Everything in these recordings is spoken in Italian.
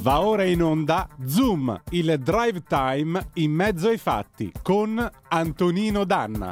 Va ora in onda Zoom, il drive time in mezzo ai fatti con Antonino Danna.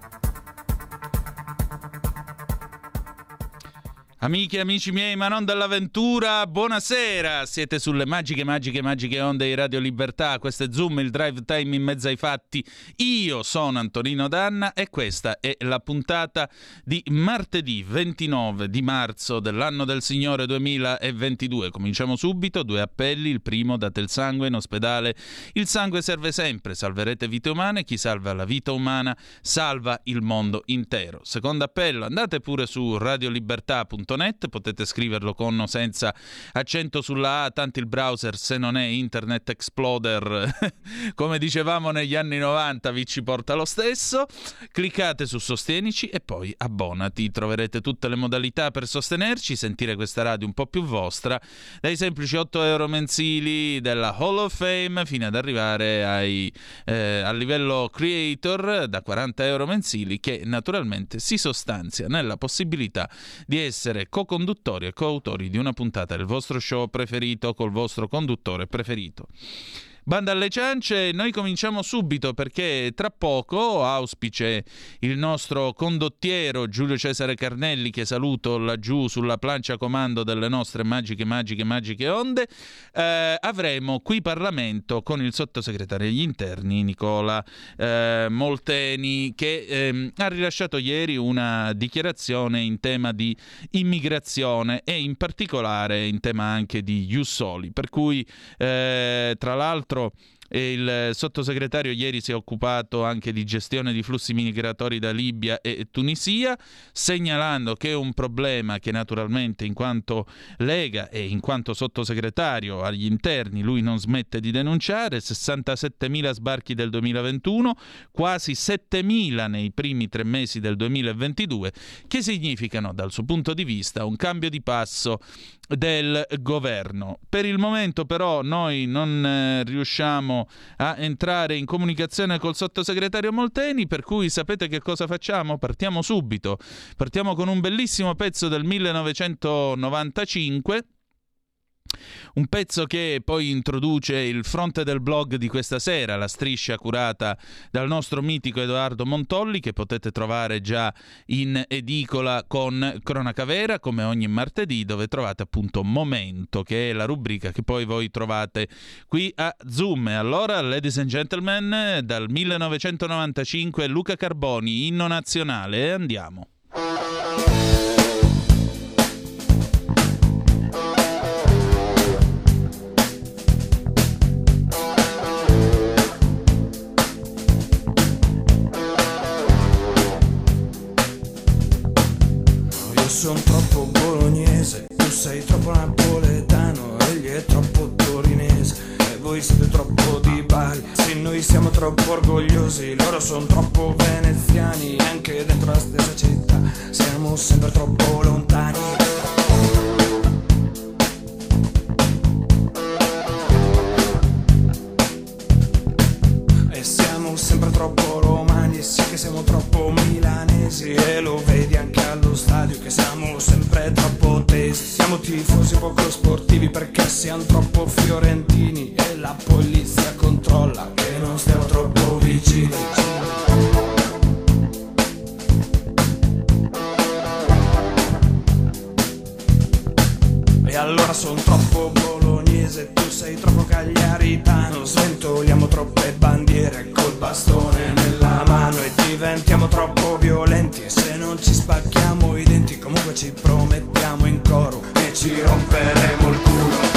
Amiche e amici miei, ma non dall'avventura, buonasera! Siete sulle magiche onde di Radio Libertà. Questo è Zoom, il drive time in mezzo ai fatti. Io sono Antonino Danna e questa è la puntata di martedì 29 di marzo dell'anno del Signore 2022. Cominciamo subito, 2 appelli. Il primo: date il sangue in ospedale. Il sangue serve sempre, salverete vite umane. Chi salva la vita umana salva il mondo intero. Secondo appello: andate pure su radiolibertà.net, potete scriverlo con o senza accento sulla A, tanto il browser, se non è Internet Explorer come dicevamo negli anni 90, vi ci porta lo stesso. Cliccate su Sostienici e poi abbonati, troverete tutte le modalità per sostenerci, sentire questa radio un po' più vostra, dai semplici 8 euro mensili della Hall of Fame fino ad arrivare al livello creator da 40 euro mensili, che naturalmente si sostanzia nella possibilità di essere co-conduttori e coautori di una puntata del vostro show preferito col vostro conduttore preferito. Banda alle ciance, noi cominciamo subito perché tra poco, auspice il nostro condottiero Giulio Cesare Carnelli, che saluto laggiù sulla plancia comando delle nostre magiche onde, avremo qui Parlamento con il sottosegretario agli interni Nicola Molteni, che ha rilasciato ieri una dichiarazione in tema di immigrazione e in particolare in tema anche di ius soli, per cui tra l'altro il sottosegretario ieri si è occupato anche di gestione di flussi migratori da Libia e Tunisia, segnalando che è un problema che naturalmente in quanto Lega e in quanto sottosegretario agli interni lui non smette di denunciare. 67.000 sbarchi del 2021, quasi 7.000 nei primi 3 mesi del 2022, che significano dal suo punto di vista un cambio di passo del governo. Per il momento però noi non riusciamo a entrare in comunicazione col sottosegretario Molteni, per cui sapete che cosa facciamo? Partiamo subito, partiamo con un bellissimo pezzo del 1995, un pezzo che poi introduce il fronte del blog di questa sera, la striscia curata dal nostro mitico Edoardo Montolli, che potete trovare già in edicola con Cronaca Vera, come ogni martedì, dove trovate appunto Momento, che è la rubrica che poi voi trovate qui a Zoom. E allora, ladies and gentlemen, dal 1995 Luca Carboni, inno nazionale, e andiamo. Sono troppo bolognese, tu sei troppo napoletano, egli è troppo torinese e voi siete troppo di Bari. Se noi siamo troppo orgogliosi, loro sono troppo veneziani, anche dentro la stessa città siamo sempre troppo lontani. E siamo sempre troppo romani, sì che siamo troppo milanesi, e lo vedi anche allo stadio che siamo sempre troppo tesi. Siamo tifosi poco sportivi perché siamo troppo fiorentini e la polizia controlla che non stiamo troppo vicini. E allora sono troppo bolognese, tu sei troppo cagliaritano, sventoliamo troppe bandiere col bastone nella mano e diventiamo troppo violenti, e se non ci spacchiamo i denti comunque ci promettiamo in coro che ci romperemo il culo.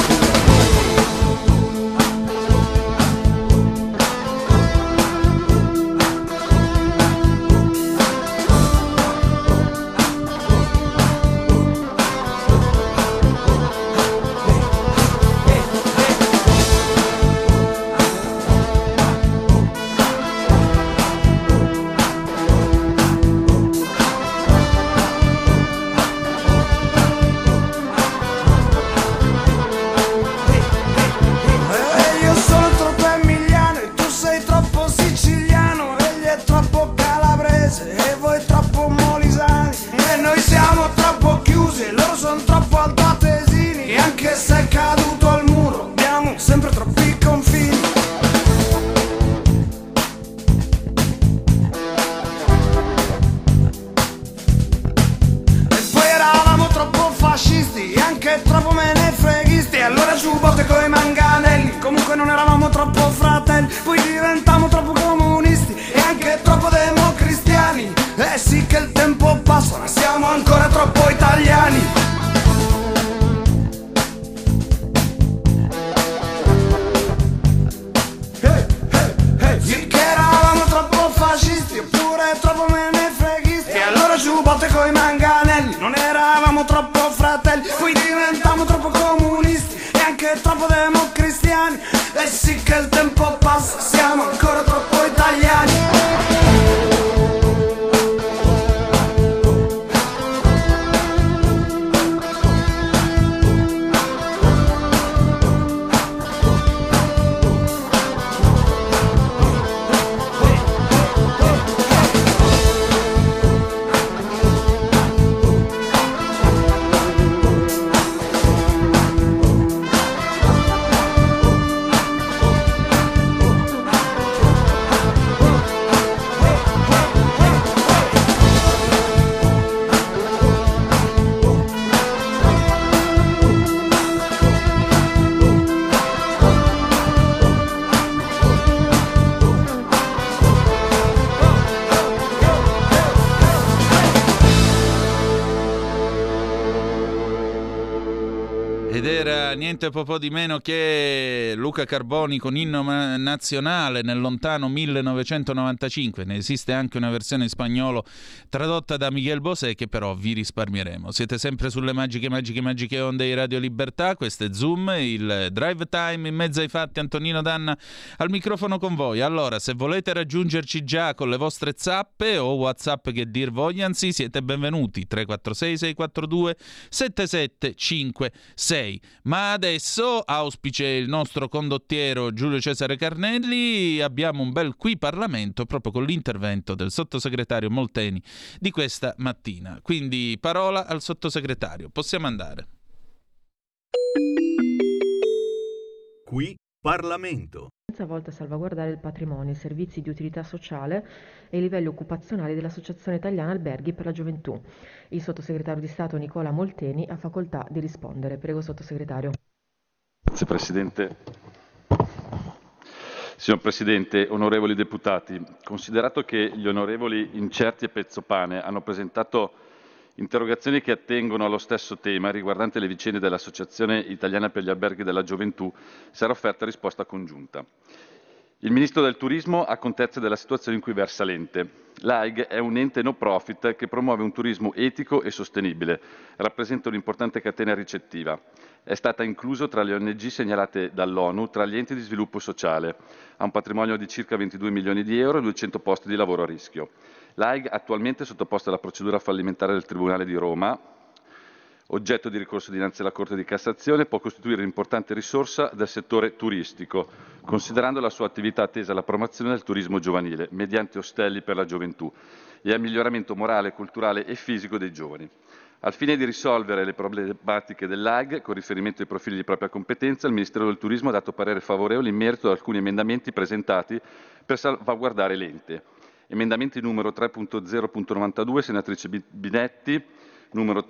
troppo fratelli, poi diventiamo troppo comunisti e anche troppo democristiani. Eh sì che il tempo passa, ma siamo ancora troppo italiani. Sì che eravamo troppo fascisti oppure troppo menefreghisti, e allora giù botte coi manganelli. Non eravamo troppo fratelli, poi diventammo troppo comunisti e anche troppo democristiani. E sì che il tempo passa, siamo ancora troppo italiani. Ed era niente po' di meno che Luca Carboni con Inno Nazionale nel lontano 1995. Ne esiste anche una versione in spagnolo tradotta da Miguel Bosé, che però vi risparmieremo. Siete sempre sulle magiche onde di Radio Libertà. Questo è Zoom, il drive time in mezzo ai fatti. Antonino Danna al microfono con voi. Allora, se volete raggiungerci già con le vostre zappe o WhatsApp che dir vogliansi, siete benvenuti. 346 642 7756. Ma adesso, auspice il nostro condottiero Giulio Cesare Carnelli, abbiamo un bel qui Parlamento proprio con l'intervento del sottosegretario Molteni di questa mattina. Quindi parola al sottosegretario. Possiamo andare. Qui Parlamento. Volta a salvaguardare il patrimonio, i servizi di utilità sociale e i livelli occupazionali dell'Associazione Italiana Alberghi per la Gioventù. Il sottosegretario di Stato Nicola Molteni ha facoltà di rispondere. Prego, sottosegretario. Grazie Presidente. Signor Presidente, onorevoli deputati, considerato che gli onorevoli Incerti e Pezzopane hanno presentato interrogazioni che attengono allo stesso tema riguardante le vicende dell'Associazione Italiana per gli Alberghi della Gioventù, sarà offerta risposta congiunta. Il Ministro del Turismo ha contezza della situazione in cui versa l'ente. L'AIG è un ente no profit che promuove un turismo etico e sostenibile, rappresenta un'importante catena ricettiva. È stata incluso tra le ONG segnalate dall'ONU tra gli enti di sviluppo sociale. Ha un patrimonio di circa 22 milioni di euro e 200 posti di lavoro a rischio. L'AIG attualmente è sottoposta alla procedura fallimentare del Tribunale di Roma, oggetto di ricorso dinanzi alla Corte di Cassazione, può costituire un'importante risorsa del settore turistico, considerando la sua attività tesa alla promozione del turismo giovanile, mediante ostelli per la gioventù, e al miglioramento morale, culturale e fisico dei giovani. Al fine di risolvere le problematiche dell'AIG, con riferimento ai profili di propria competenza, il Ministero del Turismo ha dato parere favorevole in merito ad alcuni emendamenti presentati per salvaguardare l'ente. Emendamenti numero 3.0.92, senatrice Binetti, numero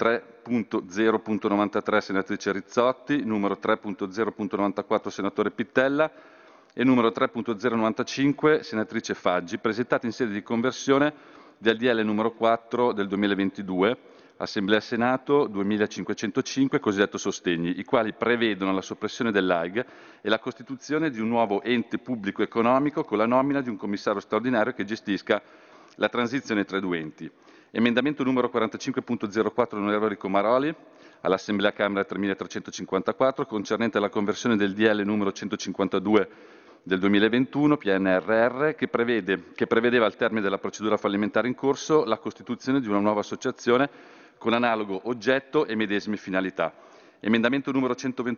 3.0.93, senatrice Rizzotti, numero 3.0.94, senatore Pittella e numero 3.095, senatrice Faggi, presentati in sede di conversione del DL numero 4 del 2022, Assemblea Senato 2505, cosiddetto Sostegni, i quali prevedono la soppressione dell'AIG e la costituzione di un nuovo ente pubblico economico con la nomina di un commissario straordinario che gestisca la transizione tra i due enti. Emendamento numero 45.04, onorevole Comaroli, all'Assemblea Camera 3354, concernente la conversione del DL numero 152 del 2021, PNRR, che prevedeva al termine della procedura fallimentare in corso la costituzione di una nuova associazione con analogo oggetto e medesime finalità. Emendamento numero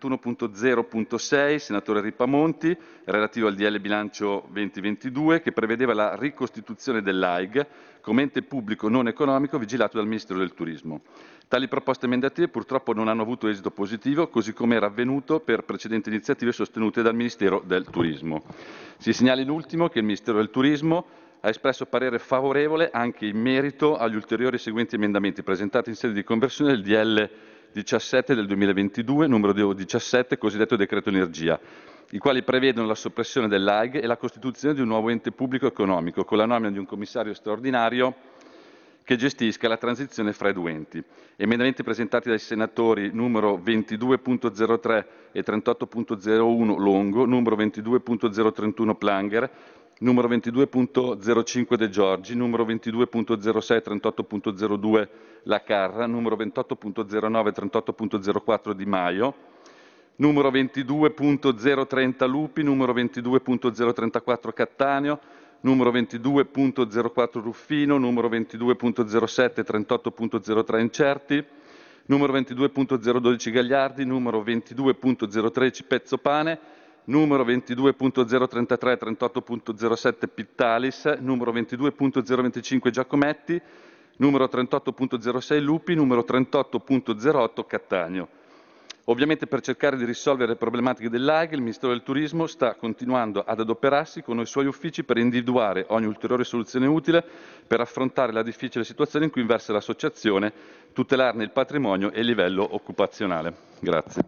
121.0.6, senatore Ripamonti, relativo al DL bilancio 2022, che prevedeva la ricostituzione dell'AIG come ente pubblico non economico vigilato dal Ministero del Turismo. Tali proposte emendative purtroppo non hanno avuto esito positivo, così come era avvenuto per precedenti iniziative sostenute dal Ministero del Turismo. Si segnala in ultimo che il Ministero del Turismo ha espresso parere favorevole anche in merito agli ulteriori seguenti emendamenti presentati in sede di conversione del DL 17 del 2022, numero 17, cosiddetto decreto energia, i quali prevedono la soppressione dell'AIG e la costituzione di un nuovo ente pubblico economico con la nomina di un commissario straordinario che gestisca la transizione fra i due enti. Emendamenti presentati dai senatori numero 22.03 e 38.01 Longo, numero 22.031 Planger, numero 22.05 De Giorgi, numero 22.06 38.02 La Carra, numero 28.09 38.04 Di Maio, numero 22.030 Lupi, numero 22.034 Cattaneo, numero 22.04 Ruffino, numero 22.07 38.03 Incerti, numero 22.012 Gagliardi, numero 22.013 Pezzopane, numero 22.033 38.07 Pittalis, numero 22.025 Giacometti, numero 38.06 Lupi, numero 38.08 Cattaneo. Ovviamente per cercare di risolvere le problematiche dell'AIG, il Ministero del Turismo sta continuando ad adoperarsi con i suoi uffici per individuare ogni ulteriore soluzione utile per affrontare la difficile situazione in cui versa l'associazione, tutelarne il patrimonio e il livello occupazionale. Grazie.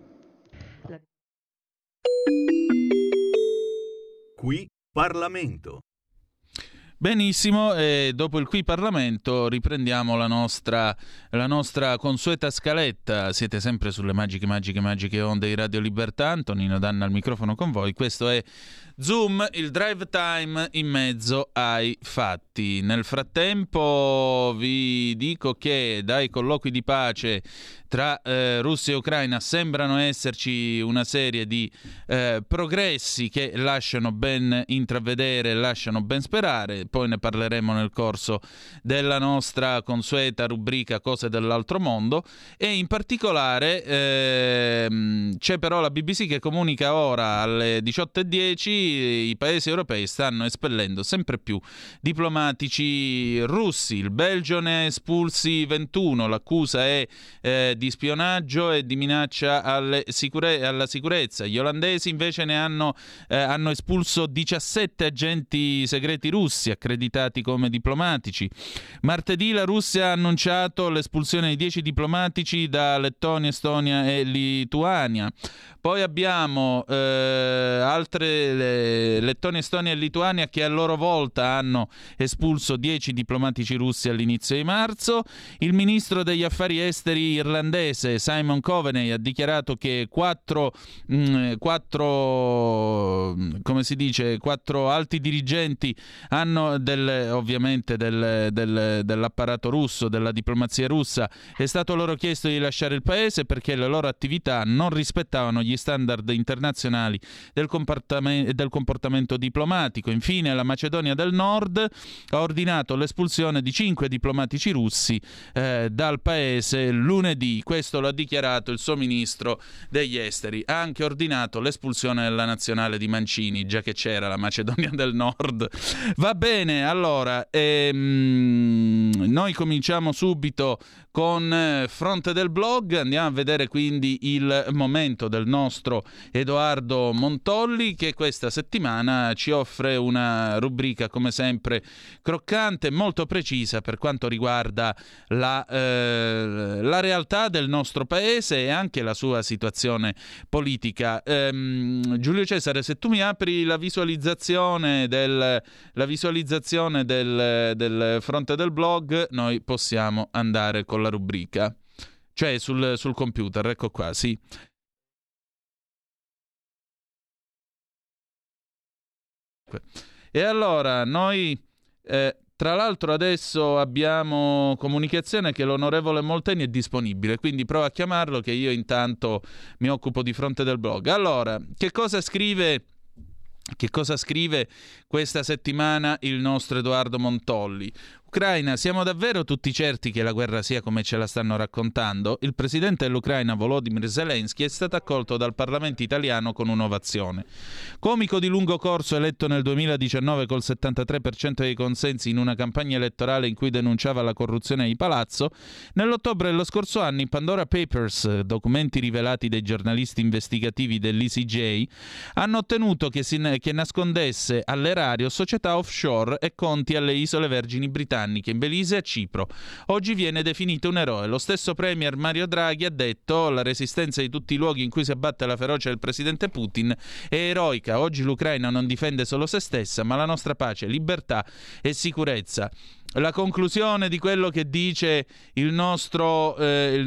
Qui Parlamento. Benissimo, e dopo il Qui Parlamento riprendiamo la nostra consueta scaletta. Siete sempre sulle magiche onde di Radio Libertà. Antonino Danna al microfono con voi. Questo è Zoom, il drive time in mezzo ai fatti. Nel frattempo vi dico che dai colloqui di pace tra Russia e Ucraina sembrano esserci una serie di progressi che lasciano ben intravedere, lasciano ben sperare. Poi ne parleremo nel corso della nostra consueta rubrica Cose dell'altro mondo, e in particolare c'è però la BBC che comunica ora alle 18:10 i paesi europei stanno espellendo sempre più diplomatici russi. Il Belgio ne ha espulsi 21, l'accusa è di spionaggio e di minaccia alla sicurezza. Gli olandesi invece ne hanno espulso 17 agenti segreti russi accreditati come diplomatici. Martedì la Russia ha annunciato l'espulsione di 10 diplomatici da Lettonia, Estonia e Lituania. Poi abbiamo altre Lettonia, Estonia e Lituania che a loro volta hanno espulso 10 diplomatici russi all'inizio di marzo. Il ministro degli affari esteri irlandese Simon Coveney ha dichiarato che quattro alti dirigenti hanno ovviamente dell'apparato russo, della diplomazia russa, è stato loro chiesto di lasciare il paese perché le loro attività non rispettavano gli standard internazionali del comportamento diplomatico. Infine la Macedonia del Nord ha ordinato l'espulsione di 5 diplomatici russi dal paese lunedì. Questo lo ha dichiarato il suo ministro degli esteri. Ha anche ordinato l'espulsione della nazionale di Mancini, già che c'era la Macedonia del Nord. Va bene, allora noi cominciamo subito con Fronte del Blog. Andiamo a vedere quindi il momento del nostro Edoardo Montolli, che questa settimana ci offre una rubrica come sempre croccante, molto precisa per quanto riguarda la realtà del nostro paese e anche la sua situazione politica. Giulio Cesare, se tu mi apri la visualizzazione del Fronte del Blog, noi possiamo andare con la rubrica, cioè sul computer, ecco qua, sì. E allora noi tra l'altro adesso abbiamo comunicazione che l'onorevole Molteni è disponibile, quindi prova a chiamarlo che io intanto mi occupo di Fronte del Blog. Allora, che cosa scrive questa settimana il nostro Edoardo Montolli? Ucraina, siamo davvero tutti certi che la guerra sia come ce la stanno raccontando? Il presidente dell'Ucraina Volodymyr Zelensky è stato accolto dal Parlamento italiano con un'ovazione. Comico di lungo corso eletto nel 2019 col 73% dei consensi in una campagna elettorale in cui denunciava la corruzione di palazzo, nell'ottobre dello scorso anno i Pandora Papers, documenti rivelati dai giornalisti investigativi dell'ECJ, hanno ottenuto che nascondesse all'erario società offshore e conti alle Isole Vergini Britanniche britanniche in Belize e a Cipro. Oggi viene definito un eroe. Lo stesso premier Mario Draghi ha detto: la resistenza di tutti i luoghi in cui si abbatte la ferocia del presidente Putin è eroica. Oggi l'Ucraina non difende solo se stessa, ma la nostra pace, libertà e sicurezza. La conclusione di quello che dice il nostro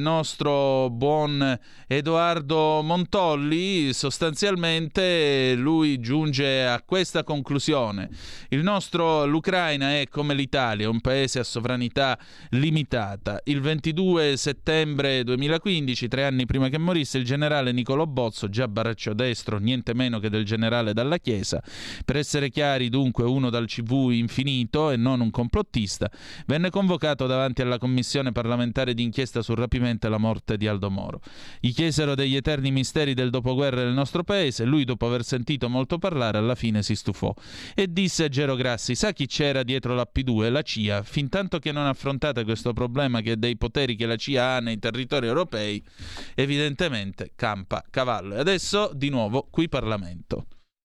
buon Edoardo Montolli, sostanzialmente lui giunge a questa conclusione: l'Ucraina è come l'Italia, un paese a sovranità limitata. Il 22 settembre 2015, 3 anni prima che morisse, il generale Nicolò Bozzo, già braccio destro niente meno che del generale Dalla Chiesa, per essere chiari dunque uno dal CV infinito e non un complottista, venne convocato davanti alla commissione parlamentare d'inchiesta sul rapimento e la morte di Aldo Moro. Gli chiesero degli eterni misteri del dopoguerra del nostro paese. Lui, dopo aver sentito molto parlare, alla fine si stufò e disse a Gero Grassi: sa chi c'era dietro la P2? La CIA. Fintanto che non affrontate questo problema che è dei poteri che la CIA ha nei territori europei, evidentemente campa cavallo. E adesso di nuovo qui Parlamento.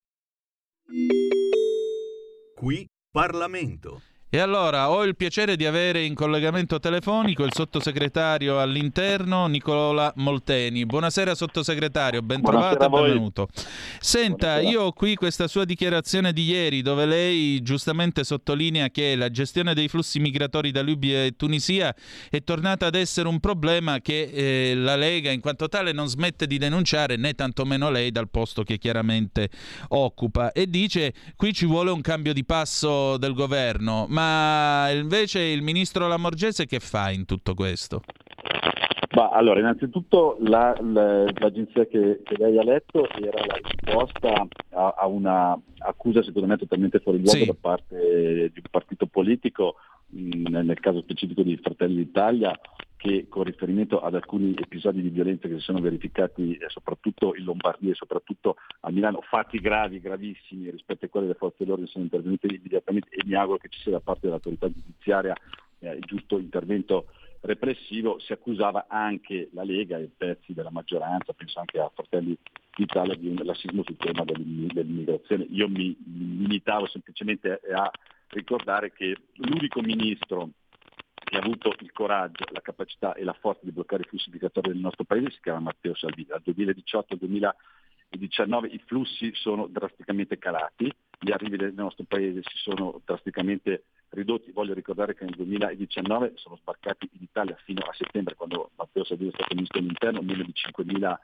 Qui Parlamento. E allora ho il piacere di avere in collegamento telefonico il sottosegretario all'interno Nicola Molteni. Buonasera sottosegretario, ben trovato e benvenuto. Senta, buonasera. Io ho qui questa sua dichiarazione di ieri dove lei giustamente sottolinea che la gestione dei flussi migratori da Libia e Tunisia è tornata ad essere un problema che la Lega in quanto tale non smette di denunciare, né tantomeno lei dal posto che chiaramente occupa, e dice: qui ci vuole un cambio di passo del governo. Ma invece il ministro Lamorgese che fa in tutto questo? Allora, innanzitutto l'agenzia che lei ha letto era la risposta a una accusa secondo me totalmente fuori luogo da parte di un partito politico, nel caso specifico di Fratelli d'Italia, che con riferimento ad alcuni episodi di violenza che si sono verificati soprattutto in Lombardia e soprattutto a Milano, fatti gravissimi rispetto ai quali le forze dell'ordine sono intervenute immediatamente, e mi auguro che ci sia da parte dell'autorità giudiziaria il giusto intervento repressivo, si accusava anche la Lega e pezzi della maggioranza, penso anche a Fratelli d'Italia, di un lassismo sul tema dell'immigrazione. Io mi limitavo semplicemente a ricordare che l'unico ministro che ha avuto il coraggio, la capacità e la forza di bloccare i flussi migratori del nostro paese si chiama Matteo Salvini. Dal 2018 al 2019 i flussi sono drasticamente calati, gli arrivi del nostro paese si sono drasticamente ridotti. Voglio ricordare che nel 2019 sono sbarcati in Italia fino a settembre, quando Matteo Salvini è stato ministro dell'interno, meno di 5.000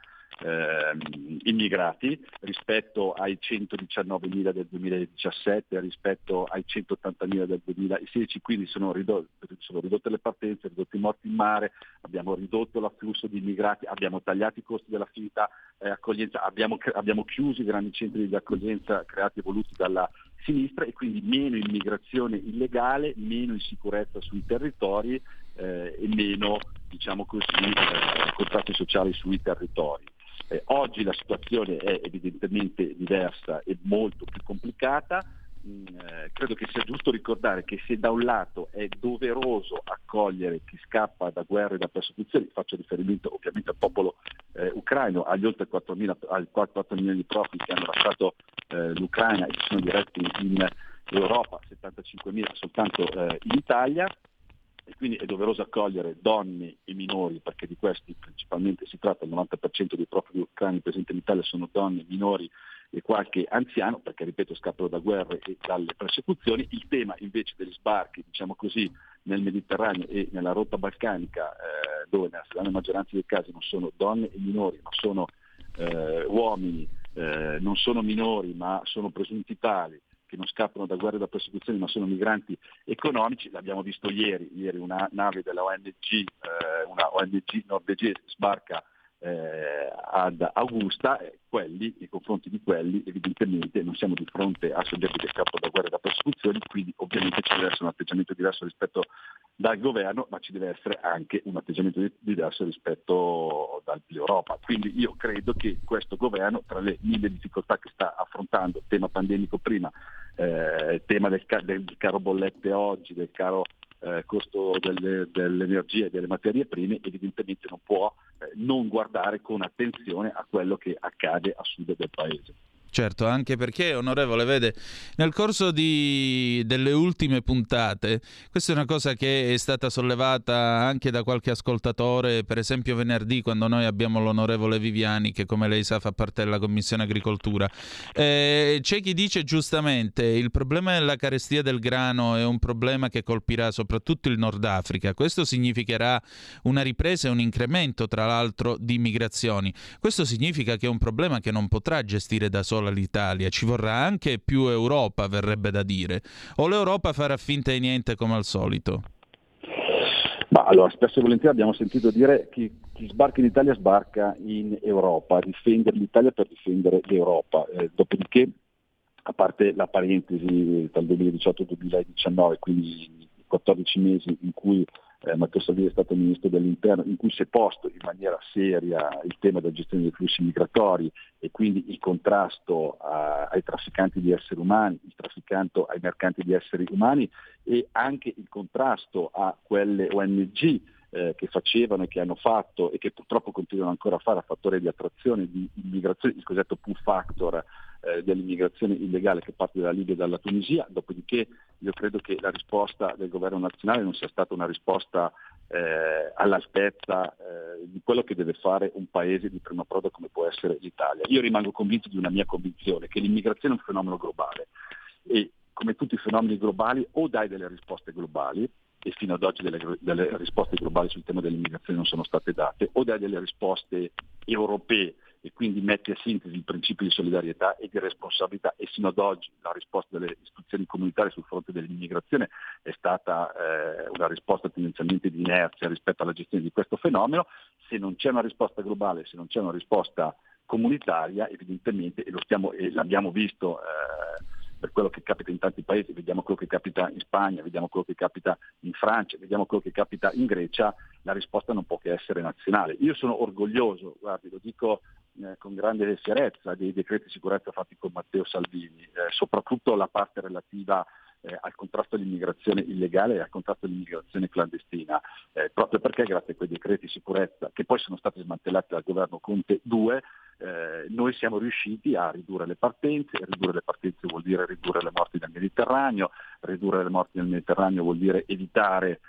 immigrati rispetto ai 119.000 del 2017, rispetto ai 180.000 del 2016, quindi sono ridotte le partenze, ridotti i morti in mare, abbiamo ridotto l'afflusso di immigrati, abbiamo tagliato i costi dell'attività accoglienza, abbiamo chiuso i grandi centri di accoglienza creati e voluti dalla sinistra, e quindi meno immigrazione illegale, meno insicurezza sui territori e meno, diciamo così, contrasti sociali sui territori. Oggi la situazione è evidentemente diversa e molto più complicata. Credo che sia giusto ricordare che se da un lato è doveroso accogliere chi scappa da guerre e da persecuzioni, faccio riferimento ovviamente al popolo ucraino, agli oltre 4 milioni di profughi che hanno lasciato l'Ucraina e che sono diretti in Europa, 75.000 soltanto in Italia, e quindi è doveroso accogliere donne e minori, perché di questi principalmente si tratta. Il 90% dei profughi ucraini presenti in Italia sono donne, minori e qualche anziano, perché ripeto scappano da guerre e dalle persecuzioni. Il tema invece degli sbarchi, diciamo così, nel Mediterraneo e nella rotta balcanica, dove nella stragrande maggioranza dei casi non sono donne e minori, ma sono uomini, non sono minori ma sono presunti tali, che non scappano da guerre e da persecuzioni ma sono migranti economici. L'abbiamo visto ieri una nave della ONG, una ONG norvegese sbarca ad Augusta. Nei confronti di quelli evidentemente non siamo di fronte a soggetti che scappano da guerre e da persecuzioni, quindi ovviamente ci deve essere un atteggiamento diverso rispetto dal governo, ma ci deve essere anche un atteggiamento diverso rispetto dall'Europa. Quindi io credo che questo governo, tra le mille difficoltà che sta affrontando, tema pandemico prima, tema del caro bollette oggi, del caro costo dell'energia e delle materie prime, evidentemente non può non guardare con attenzione a quello che accade a sud del paese. Certo, anche perché, onorevole, vede, nel corso delle ultime puntate, questa è una cosa che è stata sollevata anche da qualche ascoltatore, per esempio venerdì, quando noi abbiamo l'onorevole Viviani, che come lei sa fa parte della Commissione Agricoltura. C'è chi dice giustamente il problema della carestia del grano è un problema che colpirà soprattutto il Nord Africa. Questo significherà una ripresa e un incremento, tra l'altro, di migrazioni. Questo significa che è un problema che non potrà gestire da sola l'Italia, ci vorrà anche più Europa, verrebbe da dire, o l'Europa farà finta di niente come al solito? Ma allora, spesso e volentieri abbiamo sentito dire chi sbarca in Italia sbarca in Europa, difendere l'Italia per difendere l'Europa, dopodiché, a parte la parentesi dal 2018 al 2019, quindi i 14 mesi in cui Matteo Salvini è stato Ministro dell'Interno, in cui si è posto in maniera seria il tema della gestione dei flussi migratori e quindi il contrasto ai trafficanti di esseri umani, il trafficanto ai mercanti di esseri umani e anche il contrasto a quelle ONG che facevano e che hanno fatto e che purtroppo continuano ancora a fare a fattore di attrazione di immigrazione, il cosiddetto pull factor dell'immigrazione illegale che parte dalla Libia e dalla Tunisia. Dopodiché io credo che la risposta del governo nazionale non sia stata una risposta all'altezza di quello che deve fare un paese di primo approdo come può essere l'Italia. Io rimango convinto di una mia convinzione, che l'immigrazione è un fenomeno globale e come tutti i fenomeni globali o dai delle risposte globali, e fino ad oggi delle risposte globali sul tema dell'immigrazione non sono state date, o dai delle risposte europee e quindi metti a sintesi il principio di solidarietà e di responsabilità, e fino ad oggi la risposta delle istituzioni comunitarie sul fronte dell'immigrazione è stata una risposta tendenzialmente di inerzia rispetto alla gestione di questo fenomeno. Se non c'è una risposta globale, se non c'è una risposta comunitaria, evidentemente, e l'abbiamo visto per quello che capita in tanti paesi, vediamo quello che capita in Spagna, vediamo quello che capita in Francia, vediamo quello che capita in Grecia, la risposta non può che essere nazionale. Io sono orgoglioso, guardi, lo dico con grande fierezza, dei decreti di sicurezza fatti con Matteo Salvini, soprattutto la parte relativa al contrasto all'immigrazione illegale e al contrasto all'immigrazione clandestina, proprio perché grazie a quei decreti di sicurezza che poi sono stati smantellati dal governo Conte 2, noi siamo riusciti a ridurre le partenze. Ridurre le partenze vuol dire ridurre le morti nel Mediterraneo, ridurre le morti nel Mediterraneo vuol dire evitare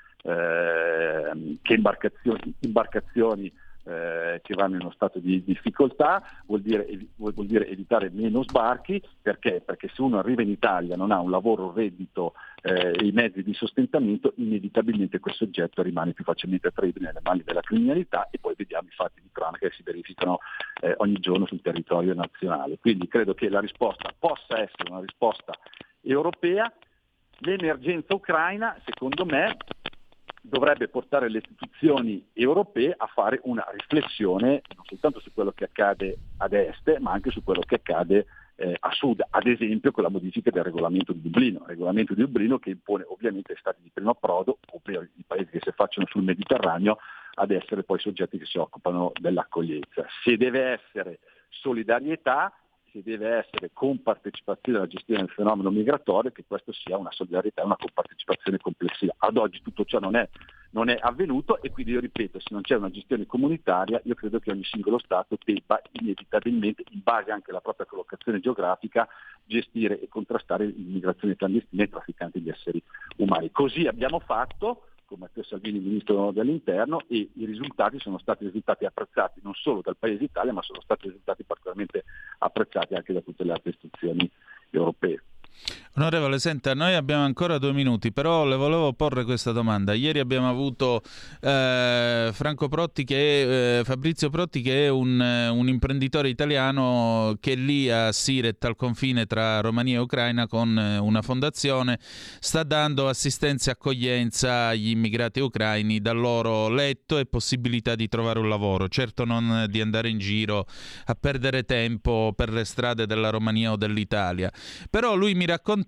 che imbarcazioni che vanno in uno stato di difficoltà, vuol dire evitare meno sbarchi. Perché? Perché se uno arriva in Italia, non ha un lavoro, un reddito e i mezzi di sostentamento, inevitabilmente quel soggetto rimane più facilmente attraibile nelle mani della criminalità, e poi vediamo i fatti di cronaca che si verificano ogni giorno sul territorio nazionale. Quindi credo che la risposta possa essere una risposta europea. L'emergenza ucraina, secondo me, dovrebbe portare le istituzioni europee a fare una riflessione non soltanto su quello che accade ad est, ma anche su quello che accade a sud, ad esempio con la modifica del regolamento di Dublino che impone ovviamente ai stati di primo approdo, ovvero i paesi che si affacciano sul Mediterraneo, ad essere poi soggetti che si occupano dell'accoglienza. Se deve essere solidarietà, se deve essere compartecipazione alla gestione del fenomeno migratorio, che questo sia una solidarietà e una compartecipazione complessiva. Ad oggi tutto ciò non è avvenuto, e quindi io ripeto, se non c'è una gestione comunitaria, io credo che ogni singolo Stato debba inevitabilmente, in base anche alla propria collocazione geografica, gestire e contrastare l'immigrazione clandestina e i trafficanti di esseri umani. Così abbiamo fatto con Matteo Salvini, Ministro dell'Interno, e i risultati sono stati risultati apprezzati non solo dal Paese Italia, ma sono stati risultati particolarmente apprezzati anche da tutte le altre istituzioni europee. Onorevole, senta, noi abbiamo ancora 2 minuti, però le volevo porre questa domanda. Ieri abbiamo avuto Fabrizio Protti, che è un imprenditore italiano che è lì a Siret, al confine tra Romania e Ucraina, con una fondazione, sta dando assistenza e accoglienza agli immigrati ucraini, dal loro letto e possibilità di trovare un lavoro. Certo, non di andare in giro a perdere tempo per le strade della Romania o dell'Italia. Però lui mi raccontava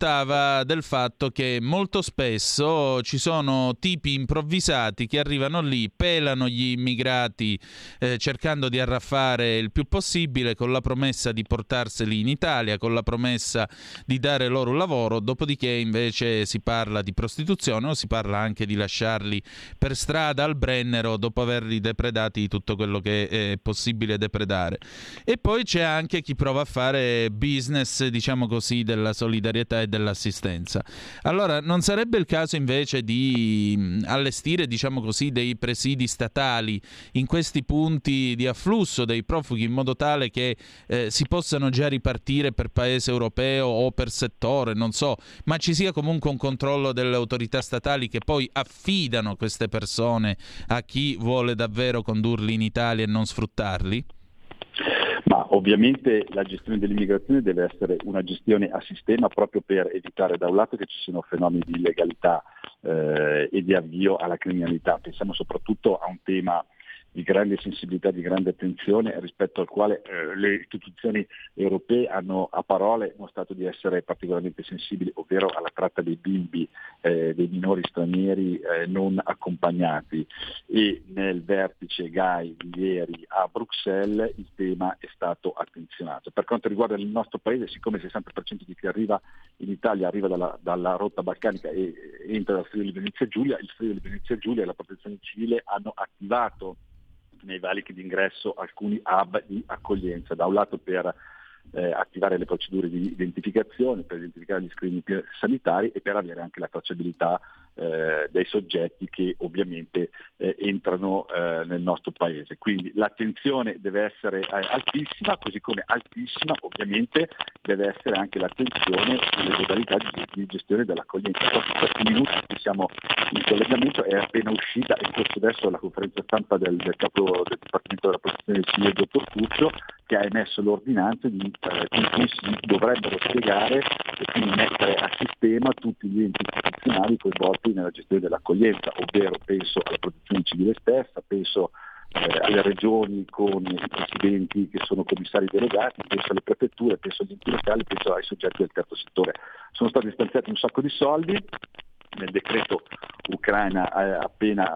raccontava del fatto che molto spesso ci sono tipi improvvisati che arrivano lì, pelano gli immigrati cercando di arraffare il più possibile con la promessa di portarseli in Italia, con la promessa di dare loro un lavoro, dopodiché invece si parla di prostituzione o si parla anche di lasciarli per strada al Brennero dopo averli depredati di tutto quello che è possibile depredare. E poi c'è anche chi prova a fare business, diciamo così, della solidarietà e dell'assistenza. Allora, non sarebbe il caso invece di allestire, diciamo così, dei presidi statali in questi punti di afflusso dei profughi, in modo tale che si possano già ripartire per paese europeo o per settore, non so, ma ci sia comunque un controllo delle autorità statali che poi affidano queste persone a chi vuole davvero condurli in Italia e non sfruttarli? Ma ovviamente la gestione dell'immigrazione deve essere una gestione a sistema, proprio per evitare da un lato che ci siano fenomeni di illegalità e di avvio alla criminalità. Pensiamo soprattutto a un tema di grande sensibilità, di grande attenzione, rispetto al quale le istituzioni europee hanno a parole mostrato di essere particolarmente sensibili, ovvero alla tratta dei bimbi, dei minori stranieri non accompagnati. E nel vertice GAI di ieri a Bruxelles il tema è stato attenzionato. Per quanto riguarda il nostro paese, siccome il 60% di chi arriva in Italia arriva dalla rotta balcanica e entra dal Friuli Venezia Giulia, il Friuli Venezia Giulia e la Protezione Civile hanno attivato nei valichi d'ingresso alcuni hub di accoglienza, da un lato per attivare le procedure di identificazione, per identificare gli screening sanitari e per avere anche la tracciabilità dei soggetti che ovviamente entrano nel nostro paese. Quindi l'attenzione deve essere altissima, così come altissima ovviamente deve essere anche l'attenzione sulle modalità di gestione dell'accoglienza. Proprio in questi minuti che siamo in collegamento è appena uscita, e questo adesso la conferenza stampa del capo del Dipartimento della Protezione Civile, il dottor Curcio, che ha emesso l'ordinanza in cui si dovrebbero spiegare e quindi mettere a sistema tutti gli enti istituzionali coinvolti nella gestione dell'accoglienza, ovvero penso alla Protezione Civile stessa, penso alle regioni con i presidenti che sono commissari delegati, penso alle prefetture, penso agli enti locali, penso ai soggetti del terzo settore. Sono stati stanziati un sacco di soldi nel decreto Ucraina appena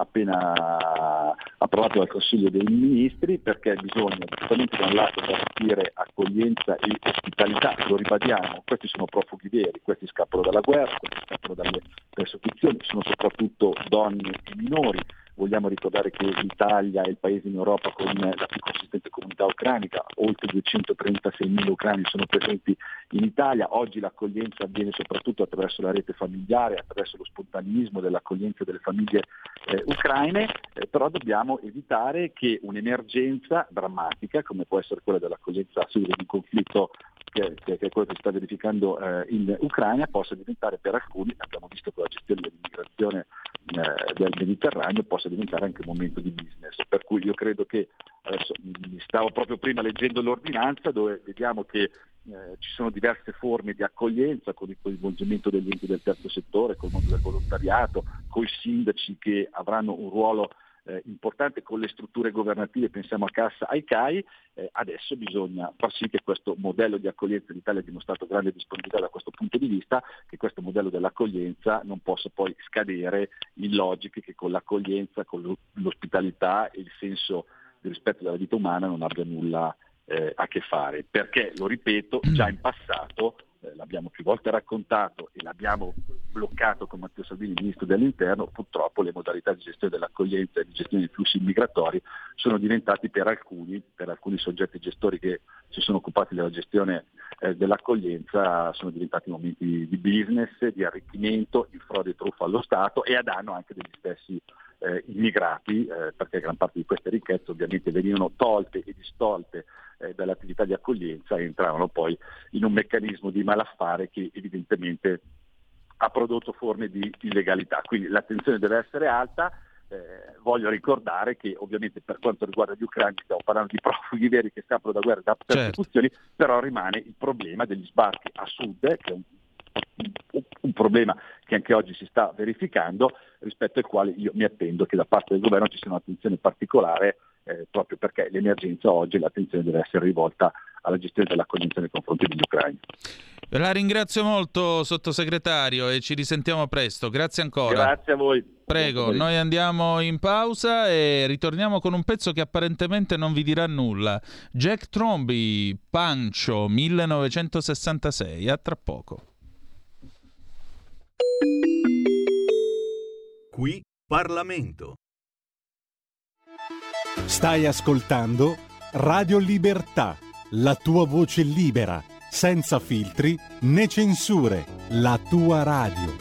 approvato dal Consiglio dei Ministri, perché bisogna giustamente da un lato garantire accoglienza e ospitalità, lo ribadiamo, questi sono profughi veri, questi scappano dalla guerra, questi scappano dalle persecuzioni, sono soprattutto donne e minori. Vogliamo ricordare che l'Italia è il paese in Europa con la più consistente comunità ucranica, oltre 236.000 ucraini sono presenti in Italia. Oggi l'accoglienza avviene soprattutto attraverso la rete familiare, attraverso lo spontaneismo dell'accoglienza delle famiglie ucraine, però dobbiamo evitare che un'emergenza drammatica, come può essere quella dell'accoglienza a seguito di un conflitto che è quello che si sta verificando in Ucraina, possa diventare per alcuni, abbiamo visto con la gestione dell'immigrazione del Mediterraneo, possa diventare anche un momento di business. Per cui io credo che, adesso stavo proprio prima leggendo l'ordinanza dove vediamo che ci sono diverse forme di accoglienza con il coinvolgimento degli enti del terzo settore, col mondo del volontariato, coi sindaci che avranno un ruolo importante, con le strutture governative, pensiamo a Cassa, ai CAI. Adesso bisogna far sì che questo modello di accoglienza, l'Italia ha dimostrato grande disponibilità da questo punto di vista, che questo modello dell'accoglienza non possa poi scadere in logiche che con l'accoglienza, con l'ospitalità e il senso di rispetto della vita umana non abbia nulla a che fare, perché, lo ripeto, già in passato l'abbiamo più volte raccontato e l'abbiamo bloccato con Matteo Salvini, ministro dell'Interno, purtroppo le modalità di gestione dell'accoglienza e di gestione dei flussi migratori sono diventati per alcuni soggetti gestori che si sono occupati della gestione dell'accoglienza, sono diventati momenti di business, di arricchimento, di frode e truffa allo Stato e a danno anche degli stessi immigrati, perché gran parte di queste ricchezze ovviamente venivano tolte e distolte dall'attività di accoglienza e entravano poi in un meccanismo di malaffare che evidentemente ha prodotto forme di illegalità. Quindi l'attenzione deve essere alta. Voglio ricordare che ovviamente per quanto riguarda gli ucraini stiamo parlando di profughi veri che scappano da guerra e da persecuzioni, però rimane il problema degli sbarchi a sud, che è un problema che anche oggi si sta verificando, rispetto al quale io mi attendo che da parte del governo ci sia un'attenzione particolare, proprio perché l'emergenza oggi, l'attenzione deve essere rivolta alla gestione dell'accoglienza nei confronti degli ucraini. La ringrazio molto, sottosegretario, e ci risentiamo presto. Grazie ancora. Grazie a voi. Prego, noi andiamo in pausa e ritorniamo con un pezzo che apparentemente non vi dirà nulla. Jack Tromby, Pancho, 1966. A tra poco. Qui Parlamento. Stai ascoltando Radio Libertà, la tua voce libera, senza filtri né censure, la tua radio.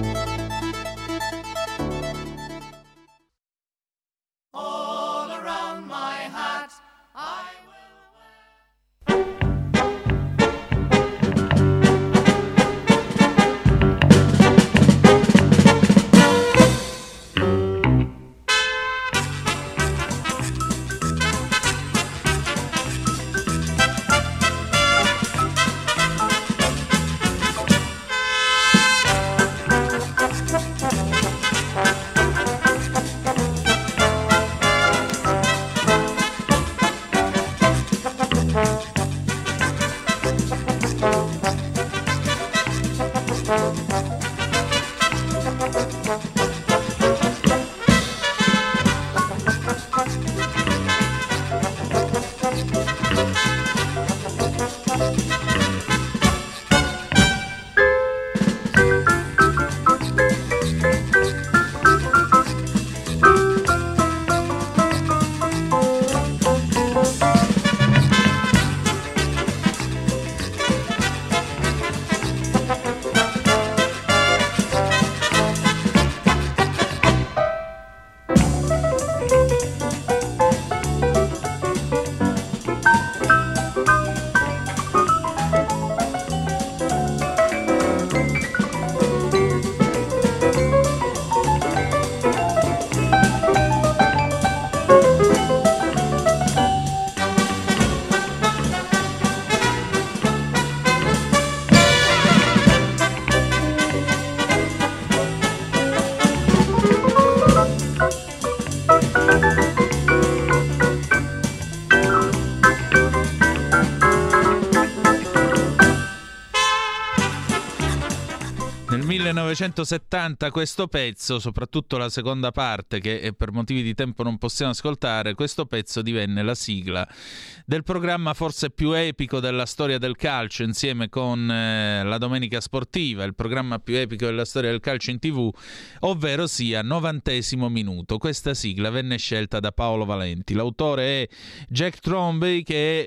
Nel 1970 questo pezzo, soprattutto la seconda parte che per motivi di tempo non possiamo ascoltare, questo pezzo divenne la sigla del programma forse più epico della storia del calcio, insieme con la Domenica Sportiva, il programma più epico della storia del calcio in TV, ovvero sia 90° minuto. Questa sigla venne scelta da Paolo Valenti. L'autore è Jack Tromby, che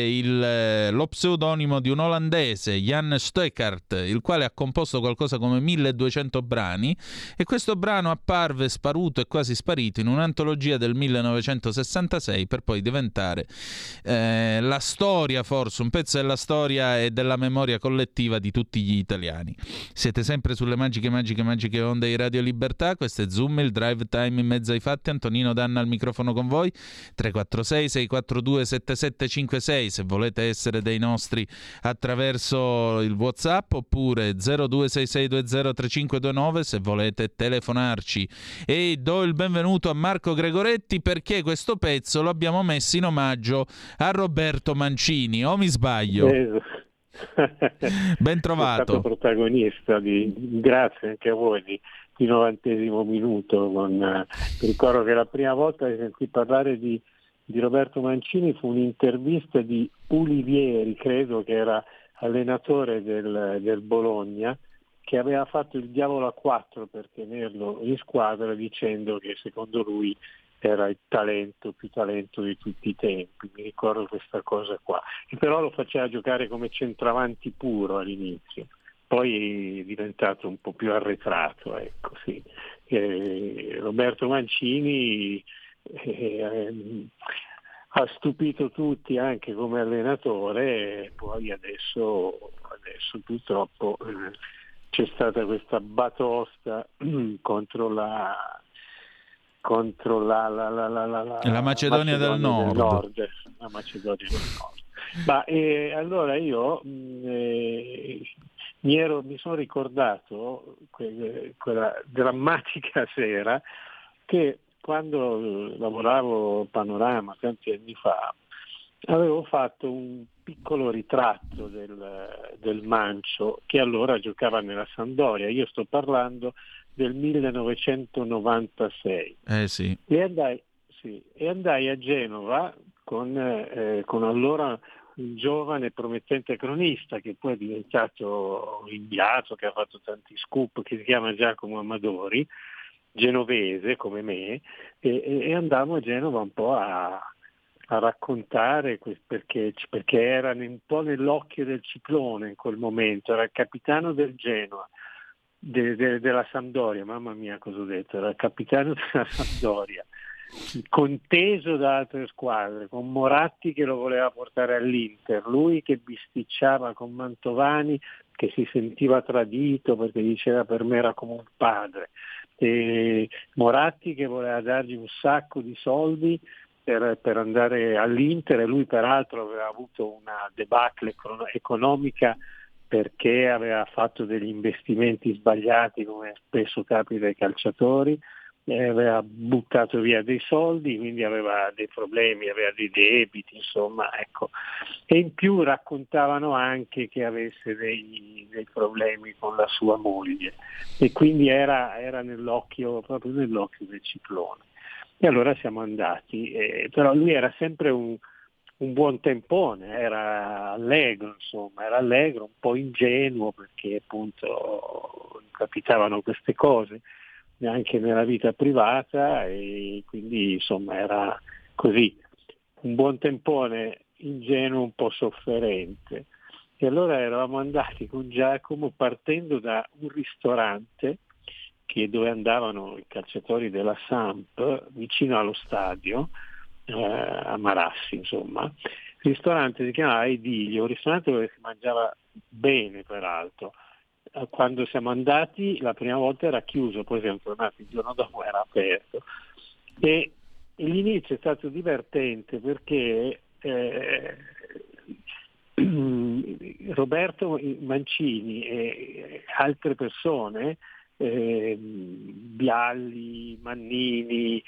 è lo pseudonimo di un olandese, Jan Stoeckart, il quale ha composto qualcosa come 1200 brani, e questo brano apparve sparuto e quasi sparito in un'antologia del 1966 per poi diventare la storia, forse un pezzo della storia e della memoria collettiva di tutti gli italiani. Siete sempre sulle magiche onde di Radio Libertà. Questo è Zoom, il drive time in mezzo ai fatti. Antonino Danna al microfono con voi. 346 642 7756 se volete essere dei nostri attraverso il WhatsApp, oppure 0266203529 se volete telefonarci. E do il benvenuto a Marco Gregoretti, perché questo pezzo lo abbiamo messo in omaggio a Roberto Mancini, o mi sbaglio? Ben trovato. È stato protagonista grazie anche a voi di 90° minuto. Ricordo che la prima volta che sentì parlare di Roberto Mancini fu un'intervista di Ulivieri, credo, che era allenatore del Bologna, che aveva fatto il diavolo a 4 per tenerlo in squadra, dicendo che secondo lui era il più talento di tutti i tempi. Mi ricordo questa cosa qua, e però lo faceva giocare come centravanti puro all'inizio, poi è diventato un po' più arretrato, ecco, sì. Roberto Mancini ha stupito tutti anche come allenatore, e poi adesso purtroppo c'è stata questa batosta contro la Macedonia del Nord. La Macedonia del Nord. Ma allora io mi sono ricordato quella drammatica sera che, quando lavoravo Panorama tanti anni fa, Avevo fatto un piccolo ritratto del Mancio che allora giocava nella Sampdoria. Io sto parlando del 1996. Sì. E andai a Genova con allora un giovane promettente cronista che poi è diventato inviato, che ha fatto tanti scoop, che si chiama Giacomo Amadori, genovese come me, e andammo a Genova un po' a raccontare perché era un po' nell'occhio del ciclone in quel momento, era il capitano del Genoa, della Sampdoria, mamma mia cosa ho detto, era il capitano della Sampdoria, conteso da altre squadre, con Moratti che lo voleva portare all'Inter, lui che bisticciava con Mantovani che si sentiva tradito perché diceva per me era come un padre, e Moratti che voleva dargli un sacco di soldi per andare all'Inter, e lui peraltro aveva avuto una debacle economica perché aveva fatto degli investimenti sbagliati come spesso capita ai calciatori, aveva buttato via dei soldi, quindi aveva dei problemi, aveva dei debiti, insomma, ecco. E in più raccontavano anche che avesse dei problemi con la sua moglie, e quindi era proprio nell'occhio del ciclone. E allora siamo andati, però lui era sempre un buon tempone, era allegro, un po' ingenuo perché appunto capitavano queste cose anche nella vita privata, e quindi insomma era così, un buon tempone, ingenuo, un po' sofferente. E allora eravamo andati con Giacomo partendo da un ristorante dove andavano i calciatori della Samp vicino allo stadio, a Marassi, insomma. Il ristorante si chiamava Idilio, un ristorante dove si mangiava bene peraltro. Quando siamo andati la prima volta era chiuso, poi siamo tornati il giorno dopo, era aperto, e l'inizio è stato divertente perché Roberto Mancini e altre persone, Bialli, Mannini,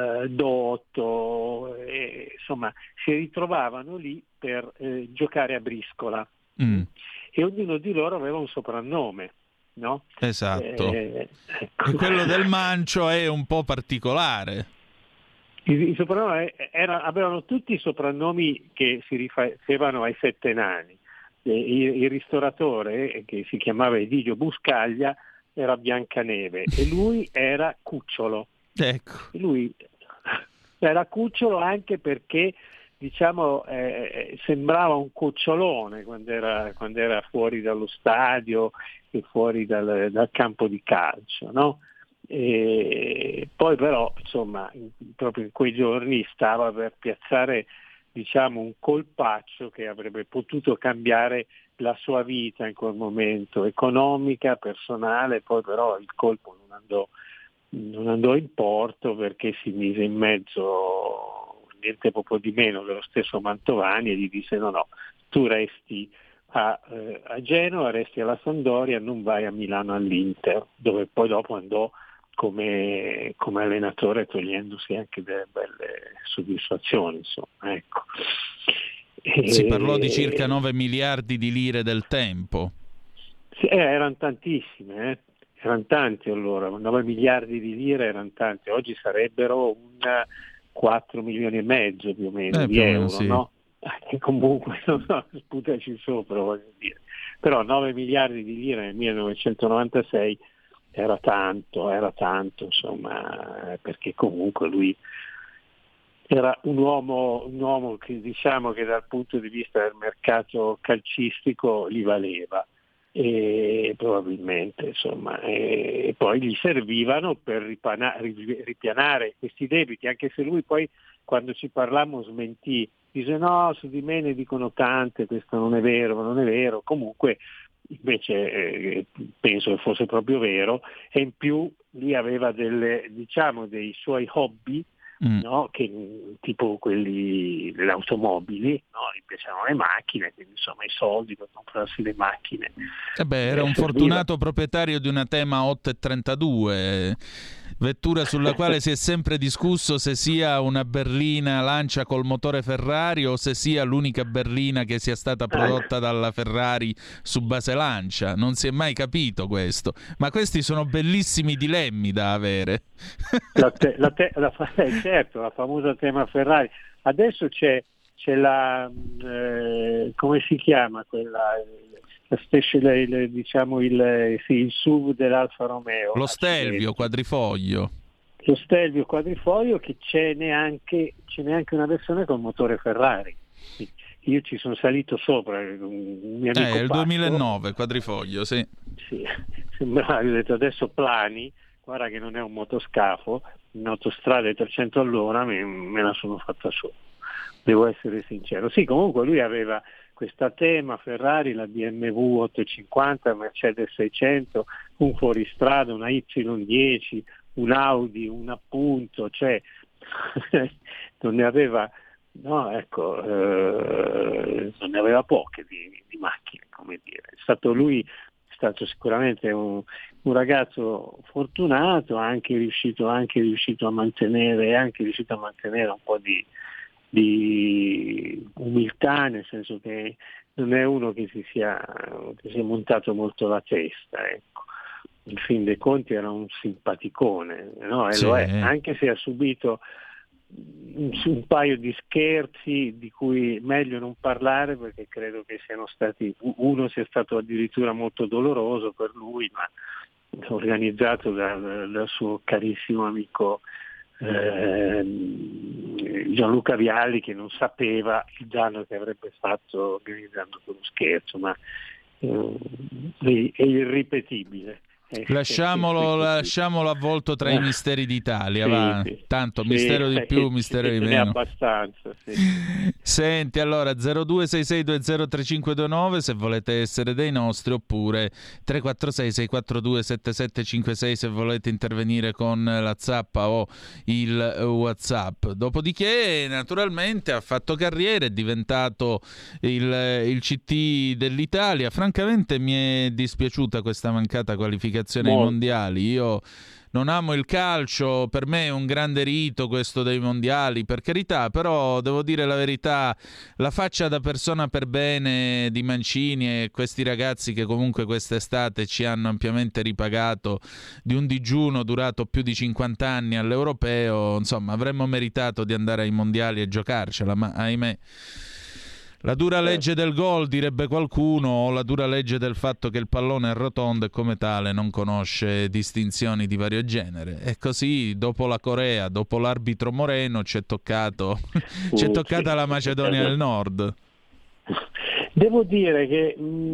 Dotto, insomma si ritrovavano lì per giocare a briscola. E ognuno di loro aveva un soprannome, no? Esatto. Ecco. E quello del Mancio è un po' particolare. I soprannomi avevano tutti i soprannomi che si rifacevano ai 7 nani. Il ristoratore, che si chiamava Edigio Buscaglia, era Biancaneve e lui era Cucciolo. Ecco. E lui era Cucciolo anche perché diciamo sembrava un cucciolone quando era fuori dallo stadio e fuori dal campo di calcio, no? E poi però insomma proprio in quei giorni stava per piazzare diciamo un colpaccio che avrebbe potuto cambiare la sua vita in quel momento, economica, personale. Poi però il colpo non andò in porto perché si mise in mezzo niente poco di meno dello stesso Mantovani e gli disse no, tu resti a Genova, resti alla Sampdoria, non vai a Milano all'Inter, dove poi dopo andò come allenatore, togliendosi anche delle belle soddisfazioni, insomma, ecco. Si parlò di circa 9 miliardi di lire del tempo. Sì, erano tantissime, erano tanti allora, 9 miliardi di lire erano tanti, oggi sarebbero 4 milioni e mezzo più o meno di euro, sì. No? E comunque sputaci sopra, voglio dire. Però 9 miliardi di lire nel 1996 era tanto, insomma, perché comunque lui era un uomo che diciamo che dal punto di vista del mercato calcistico li valeva, e probabilmente insomma, e poi gli servivano per ripianare questi debiti, anche se lui poi quando ci parlammo smentì, dice no, su di me ne dicono tante, questo non è vero, comunque invece penso che fosse proprio vero, e in più lì aveva dei suoi hobby, no? Che, tipo quelli delle automobili, no? Gli piacevano le macchine, quindi insomma i soldi per comprarsi le macchine. Era un fortunato proprietario di una Tema 832. vettura sulla quale si è sempre discusso se sia una berlina Lancia col motore Ferrari o se sia l'unica berlina che sia stata prodotta dalla Ferrari su base Lancia. Non si è mai capito questo, ma questi sono bellissimi dilemmi da avere. Certo, la famosa tema Ferrari. Adesso c'è la come si chiama quella, diciamo il SUV dell'Alfa Romeo, lo Stelvio quadrifoglio. Lo Stelvio quadrifoglio, che c'è neanche una versione con motore Ferrari. Io ci sono salito sopra, un mio amico il Pasto, 2009 quadrifoglio, sì. Sembrava, io ho detto adesso plani, guarda che non è un motoscafo, in autostrada 300 all'ora me la sono fatta solo, devo essere sincero. Sì, comunque lui aveva questa tema Ferrari, la BMW 850, Mercedes 600, un fuoristrada, una Y10, un Audi, un appunto, cioè non ne aveva, non ne aveva poche di macchine, come dire. È stato sicuramente un ragazzo fortunato, anche riuscito a mantenere un po' di umiltà, nel senso che non è uno che si sia montato molto la testa, ecco. In fin dei conti era un simpaticone, no? E lo è, anche se ha subito un paio di scherzi di cui meglio non parlare, perché credo che siano stati, uno sia stato addirittura molto doloroso per lui, ma organizzato dal suo carissimo amico Gianluca Vialli, che non sapeva il danno che avrebbe fatto organizzando quello scherzo, ma è irripetibile. Lasciamolo avvolto tra i misteri d'Italia, va. Tanto mistero di più, mistero di meno. Ne è abbastanza. Senti, allora 0266203529 se volete essere dei nostri, oppure 346 642 7756 se volete intervenire con la zappa o il WhatsApp. Dopodiché, naturalmente, ha fatto carriera, è diventato il CT dell'Italia. Francamente mi è dispiaciuta questa mancata qualificazione ai mondiali. Io non amo il calcio, per me è un grande rito questo dei mondiali, per carità, però devo dire la verità, la faccia da persona per bene di Mancini e questi ragazzi che comunque quest'estate ci hanno ampiamente ripagato di un digiuno durato più di 50 anni all'Europeo, insomma avremmo meritato di andare ai mondiali e giocarcela, ma ahimè. La dura legge del gol, direbbe qualcuno, o la dura legge del fatto che il pallone è rotondo e come tale non conosce distinzioni di vario genere. E così, dopo la Corea, dopo l'arbitro Moreno, c'è toccata la Macedonia del Nord. Devo dire che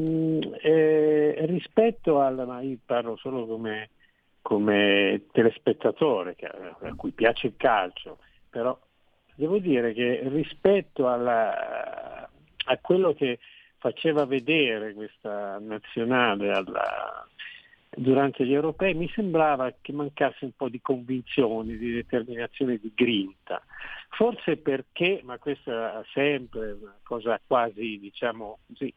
rispetto ma io parlo solo come telespettatore a cui piace il calcio, però devo dire che rispetto a quello che faceva vedere questa nazionale durante gli europei, mi sembrava che mancasse un po' di convinzione, di determinazione, di grinta. Forse perché, ma questa è sempre una cosa quasi, diciamo così,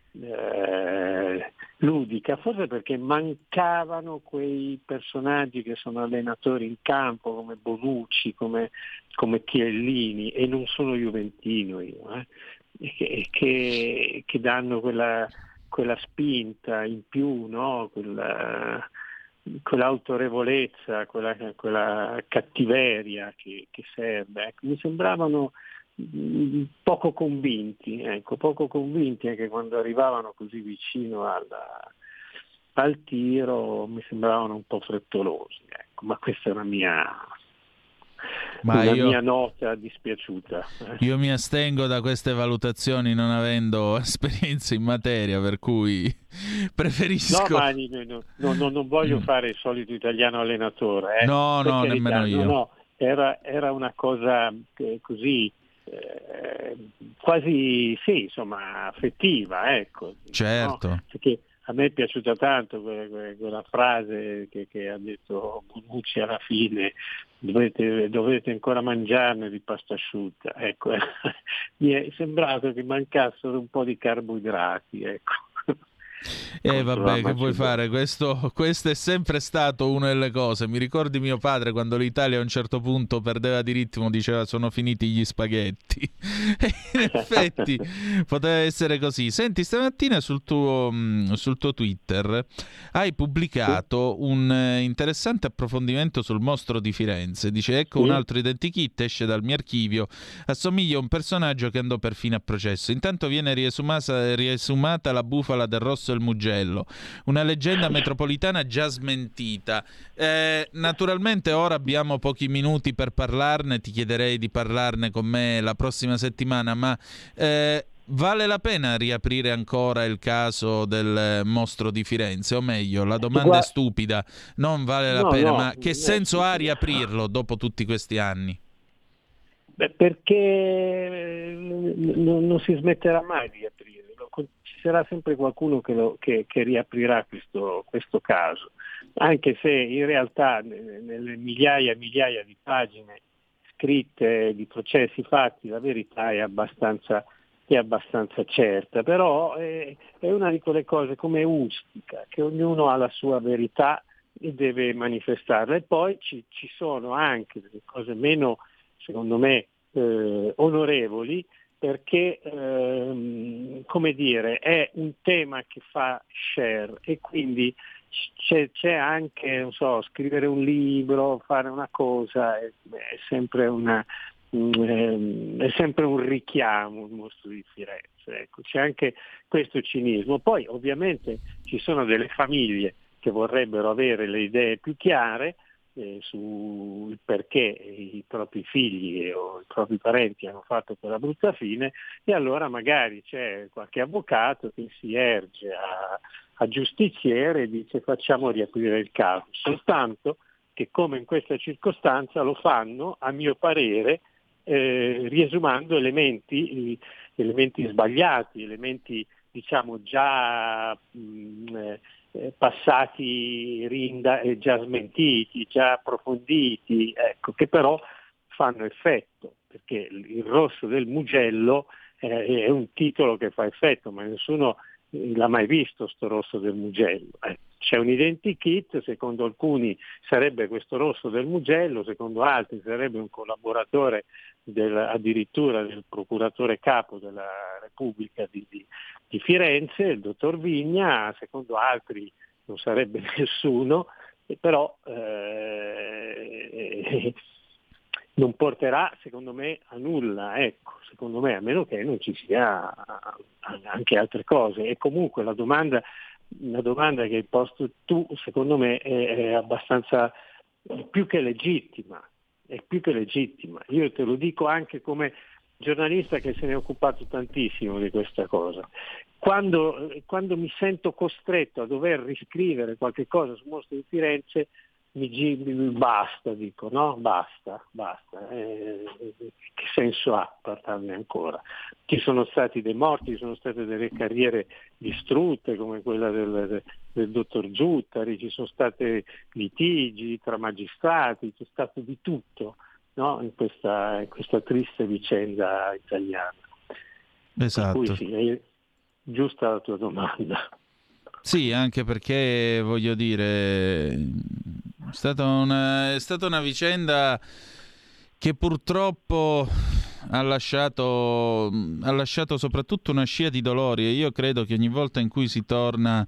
ludica, forse perché mancavano quei personaggi che sono allenatori in campo come Bonucci, come Chiellini, e non sono juventino io, che danno quella spinta in più, no? Quell'autorevolezza, quella cattiveria che serve. Ecco, mi sembravano poco convinti anche quando arrivavano così vicino al tiro, mi sembravano un po' frettolosi, ecco. Ma questa è una mia nota dispiaciuta. Io mi astengo da queste valutazioni non avendo esperienza in materia, per cui preferisco... Non voglio fare il solito italiano allenatore. No, nemmeno io. No, era una cosa così... quasi insomma affettiva, ecco. Certo. No? Perché a me è piaciuta tanto quella frase che ha detto Bonucci alla fine: dovete ancora mangiarne di pasta asciutta, ecco. Mi è sembrato che mancassero un po' di carboidrati, ecco. Vabbè, che vuoi fare? Questo è sempre stato una delle cose. Mi ricordi mio padre quando l'Italia a un certo punto perdeva di ritmo, diceva sono finiti gli spaghetti. E in effetti poteva essere così. Senti, stamattina sul tuo Twitter hai pubblicato un interessante approfondimento sul mostro di Firenze. Dice, ecco un altro identikit esce dal mio archivio, assomiglia a un personaggio che andò perfino a processo. Intanto viene riesumata la bufala del Rosso e il Mugello, una leggenda metropolitana già smentita. Naturalmente ora abbiamo pochi minuti per parlarne, ti chiederei di parlarne con me la prossima settimana, ma vale la pena riaprire ancora il caso del mostro di Firenze? O meglio, la domanda è stupida, non vale la pena, ma che senso ha riaprirlo dopo tutti questi anni? Perché non si smetterà mai di aprirlo, ci sarà sempre qualcuno che riaprirà questo caso, anche se in realtà nelle migliaia e migliaia di pagine scritte, di processi fatti, la verità è abbastanza certa, però è una di quelle cose come ustica, che ognuno ha la sua verità e deve manifestarla, e poi ci sono anche delle cose meno, secondo me, onorevoli, perché come dire, è un tema che fa share, e quindi c'è anche, non so, scrivere un libro, fare una cosa, è sempre un richiamo, il mostro di Firenze. Ecco, c'è anche questo cinismo. Poi ovviamente ci sono delle famiglie che vorrebbero avere le idee più chiare sul perché i propri figli o i propri parenti hanno fatto quella brutta fine, e allora magari c'è qualche avvocato che si erge a giustiziere e dice facciamo riaprire il caso, soltanto che come in questa circostanza lo fanno, a mio parere, riesumando elementi sbagliati, elementi diciamo già passati rinda e già smentiti, già approfonditi, ecco, che però fanno effetto, perché il Rosso del Mugello è un titolo che fa effetto, ma nessuno l'ha mai visto sto Rosso del Mugello. C'è un identikit, secondo alcuni sarebbe questo Rosso del Mugello, secondo altri sarebbe un collaboratore addirittura del procuratore capo della Repubblica di Firenze, il dottor Vigna, secondo altri non sarebbe nessuno, però non porterà secondo me a nulla, ecco, secondo me, a meno che non ci sia anche altre cose. E comunque la domanda che hai posto tu, secondo me, è abbastanza più che legittima. Io te lo dico anche come giornalista che se ne è occupato tantissimo di questa cosa. Quando mi sento costretto a dover riscrivere qualche cosa sul mostro di Firenze, basta, dico, no? Basta. Che senso ha parlarne ancora? Ci sono stati dei morti, ci sono state delle carriere distrutte come quella del dottor Giuttari, ci sono stati litigi tra magistrati, c'è stato di tutto, no? In questa triste vicenda italiana. Esatto. Per cui sì, è giusta la tua domanda. Sì, anche perché voglio dire, è stata una vicenda che purtroppo ha lasciato soprattutto una scia di dolori, e io credo che ogni volta in cui si torna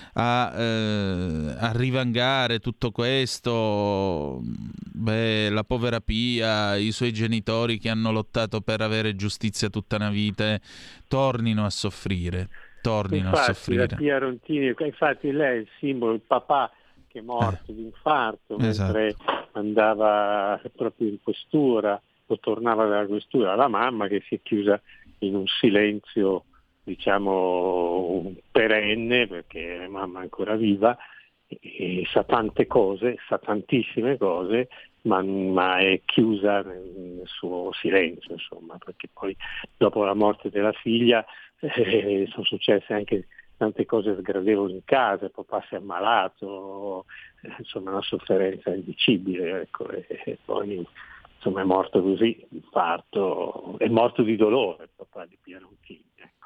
a rivangare tutto questo, la povera Pia, i suoi genitori che hanno lottato per avere giustizia tutta una vita, tornino a soffrire. La Pia Rontini, infatti lei è il simbolo, il papà che è morto di infarto mentre andava proprio in questura o tornava dalla questura, la mamma che si è chiusa in un silenzio diciamo perenne, perché la mamma è ancora viva e sa tante cose, sa tantissime cose, ma è chiusa nel suo silenzio, insomma, perché poi dopo la morte della figlia sono successe anche tante cose sgradevoli in casa, il papà si è ammalato, insomma una sofferenza indicibile, ecco, e poi insomma è morto così, infarto, è morto di dolore il papà di Pia Rontini, ecco.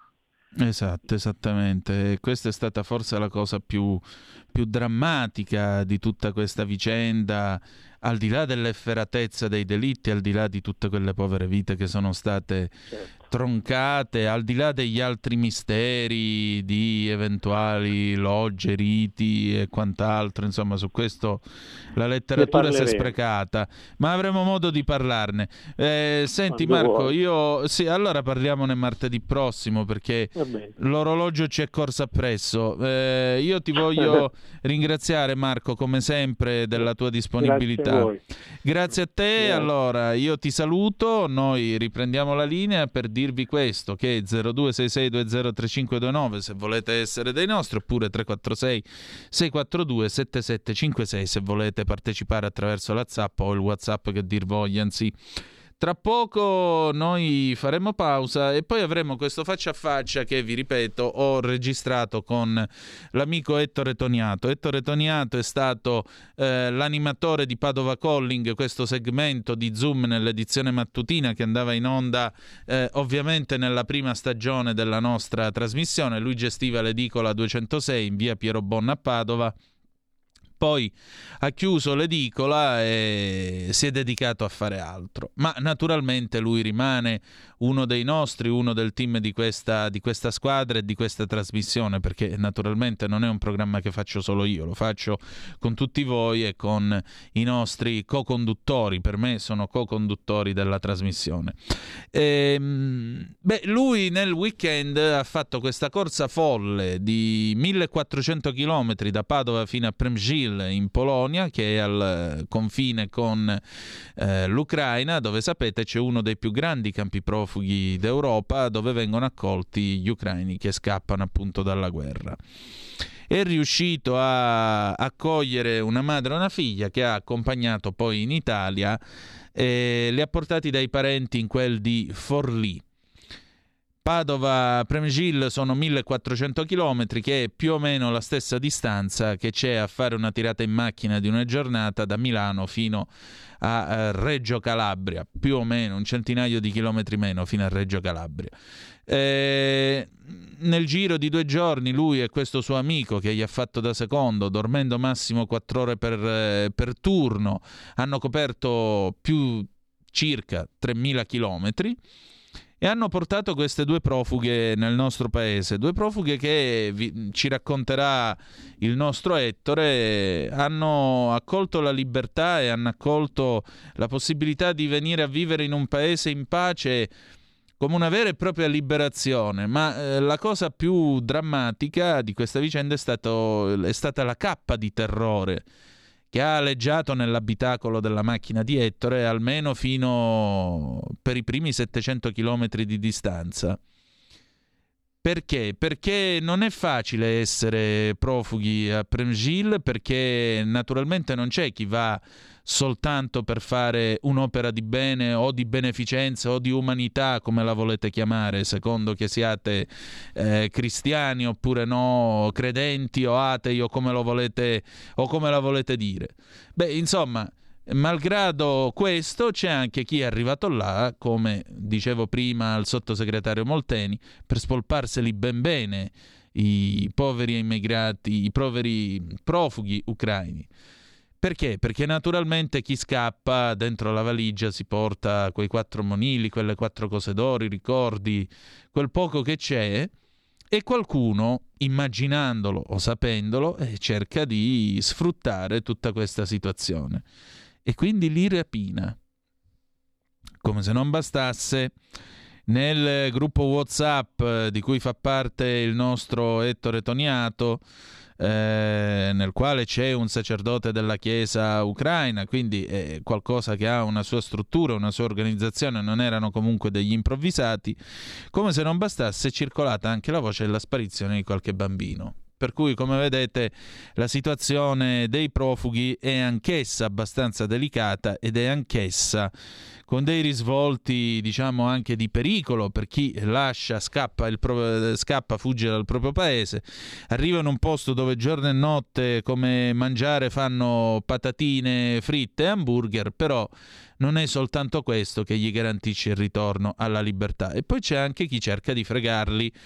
Esatto, esattamente. Questa è stata forse la cosa più drammatica di tutta questa vicenda, al di là dell'efferatezza dei delitti, al di là di tutte quelle povere vite che sono state troncate, al di là degli altri misteri di eventuali logge, riti e quant'altro. Insomma, su questo la letteratura si è sprecata, ma avremo modo di parlarne. Senti Marco, allora parliamone martedì prossimo, perché l'orologio ci è corso appresso. Io ti voglio ringraziare, Marco, come sempre, della tua disponibilità. Grazie a te. Allora io ti saluto, noi riprendiamo la linea per dirvi questo, che 0266203529 se volete essere dei nostri, oppure 346 642 7756 se volete partecipare attraverso la Zap o il WhatsApp che dir voglia. Anzi, tra poco noi faremo pausa e poi avremo questo faccia a faccia che, vi ripeto, ho registrato con l'amico Ettore Toniato. Ettore Toniato è stato l'animatore di Padova Calling, questo segmento di Zoom nell'edizione mattutina che andava in onda ovviamente nella prima stagione della nostra trasmissione. Lui gestiva l'edicola 206 in via Piero Bonna a Padova. Poi ha chiuso l'edicola e si è dedicato a fare altro. Ma naturalmente lui rimane uno dei nostri, uno del team di questa squadra e di questa trasmissione, perché naturalmente non è un programma che faccio solo io, lo faccio con tutti voi e con i nostri co-conduttori. Per me sono co-conduttori della trasmissione. Lui nel weekend ha fatto questa corsa folle di 1400 km da Padova fino a Przemyśl in Polonia, che è al confine con l'Ucraina, dove sapete c'è uno dei più grandi campi profughi d'Europa, dove vengono accolti gli ucraini che scappano appunto dalla guerra. È riuscito a accogliere una madre e una figlia che ha accompagnato poi in Italia e li ha portati dai parenti in quel di Forlì. Padova-Przemyśl sono 1400 km, che è più o meno la stessa distanza che c'è a fare una tirata in macchina di una giornata da Milano fino a Reggio Calabria, più o meno un centinaio di chilometri meno fino a Reggio Calabria. Nel giro di 2 giorni lui e questo suo amico che gli ha fatto da secondo, dormendo massimo 4 ore per turno, hanno coperto circa 3000 chilometri e hanno portato queste 2 profughe nel nostro paese, 2 profughe che ci racconterà il nostro Ettore. Hanno accolto la libertà e hanno accolto la possibilità di venire a vivere in un paese in pace come una vera e propria liberazione. Ma la cosa più drammatica di questa vicenda è stata la cappa di terrore che ha aleggiato nell'abitacolo della macchina di Ettore almeno fino per i primi 700 chilometri di distanza. Perché? Perché non è facile essere profughi a Przemyśl, perché naturalmente non c'è chi va soltanto per fare un'opera di bene o di beneficenza o di umanità, come la volete chiamare, secondo che siate cristiani oppure no, credenti o atei o come la volete dire. Insomma, malgrado questo c'è anche chi è arrivato là, come dicevo prima al sottosegretario Molteni, per spolparseli ben bene i poveri immigrati, i poveri profughi ucraini. Perché? Perché naturalmente chi scappa dentro la valigia si porta quei 4 monili, quelle 4 cose d'oro, i ricordi, quel poco che c'è, e qualcuno, immaginandolo o sapendolo, cerca di sfruttare tutta questa situazione. E quindi li rapina. Come se non bastasse, nel gruppo WhatsApp di cui fa parte il nostro Ettore Toniato, nel quale c'è un sacerdote della Chiesa ucraina, quindi è qualcosa che ha una sua struttura, una sua organizzazione, non erano comunque degli improvvisati. Come se non bastasse, è circolata anche la voce della sparizione di qualche bambino. Per cui, come vedete, la situazione dei profughi è anch'essa abbastanza delicata ed è anch'essa con dei risvolti, diciamo, anche di pericolo per chi scappa, fugge dal proprio paese, arriva in un posto dove giorno e notte come mangiare fanno patatine fritte e hamburger, però non è soltanto questo che gli garantisce il ritorno alla libertà. E poi c'è anche chi cerca di fregarli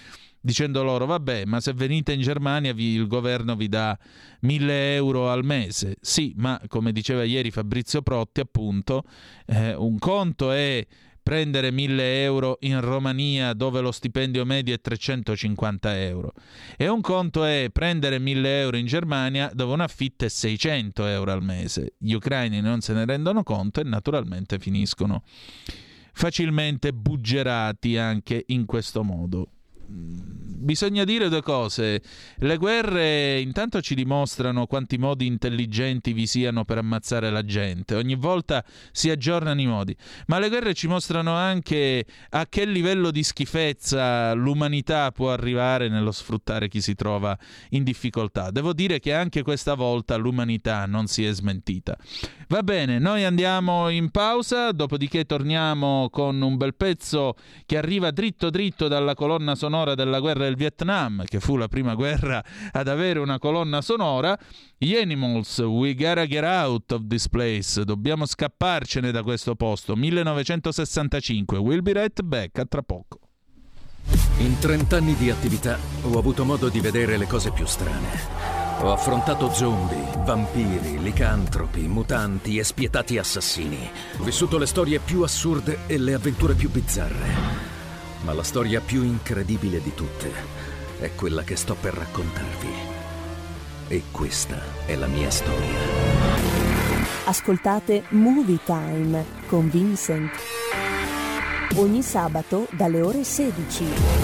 dicendo loro: vabbè, ma se venite in Germania il governo vi dà 1.000 euro al mese. Sì, ma come diceva ieri Fabrizio Protti, appunto, un conto è prendere 1.000 euro in Romania, dove lo stipendio medio è 350 euro, e un conto è prendere 1.000 euro in Germania, dove un affitto è 600 euro al mese. Gli ucraini non se ne rendono conto e naturalmente finiscono facilmente buggerati anche in questo modo. Bisogna dire due cose: le guerre intanto ci dimostrano quanti modi intelligenti vi siano per ammazzare la gente, ogni volta si aggiornano i modi, ma le guerre ci mostrano anche a che livello di schifezza l'umanità può arrivare nello sfruttare chi si trova in difficoltà. Devo dire che anche questa volta l'umanità non si è smentita. Va bene, noi andiamo in pausa, dopodiché torniamo con un bel pezzo che arriva dritto dritto dalla colonna sonora della guerra del Vietnam, che fu la prima guerra ad avere una colonna sonora. Gli Animals, We Gotta Get Out of This Place, dobbiamo scapparcene da questo posto, 1965. We'll be right back, a tra poco. In 30 anni di attività ho avuto modo di vedere le cose più strane. Ho affrontato zombie, vampiri, licantropi, mutanti e spietati assassini. Ho vissuto le storie più assurde e le avventure più bizzarre. Ma la storia più incredibile di tutte è quella che sto per raccontarvi. E questa è la mia storia. Ascoltate Movie Time con Vincent. Ogni sabato dalle ore 16.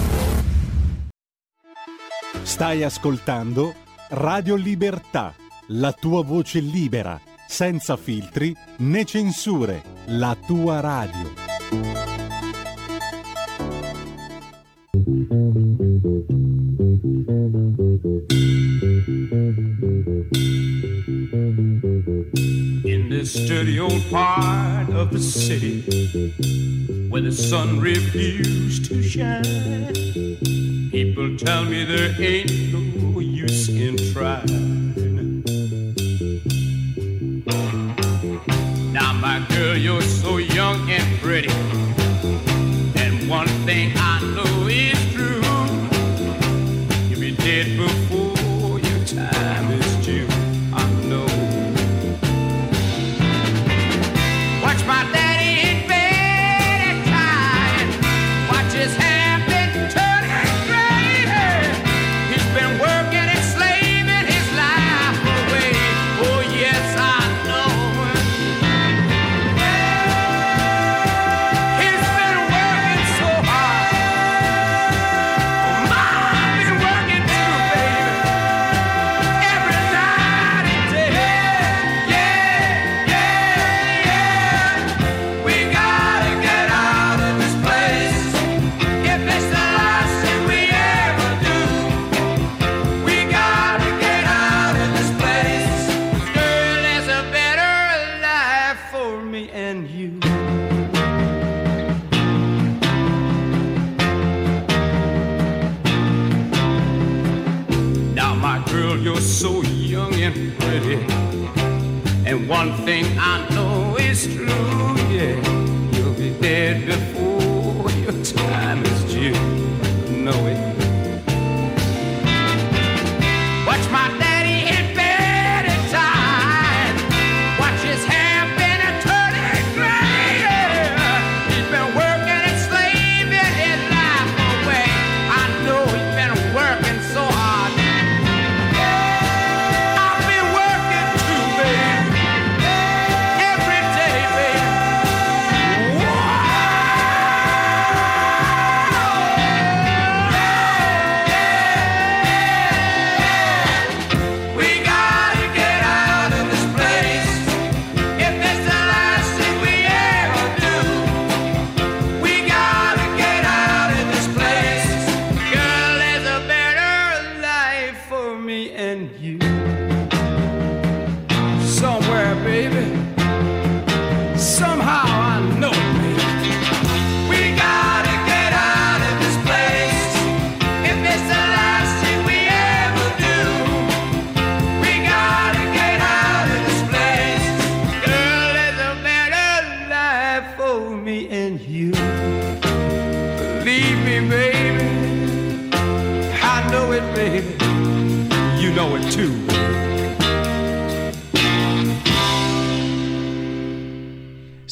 Stai ascoltando Radio Libertà, la tua voce libera, senza filtri né censure, la tua radio. In this dirty old part of the city where the sun refused to shine, people tell me there ain't no use in trying. Now my girl, you're so young and pretty, and one thing I know is true, you'll be dead before your time is due. I know. Watch my daddy in bed at time, watch his hair been turning gray. He's been working and slaving his life away. Oh yes, I know. He's been working so hard. I've been working too, baby, every night and day. Yeah, yeah, yeah. We gotta get out of this place. If it's the last thing we ever do, we gotta get out of this place. Girl, there's a better life for me and you. Now, my girl, you're so young and pretty, and one thing I know is true, yeah, you'll be dead before your time is due. Know it. Watch my daddy in bed at time, watch his hair been a turning gray. He's been working and slaving his life away. I know he's been working so hard. I've been working too, baby, every day, baby. Whoa!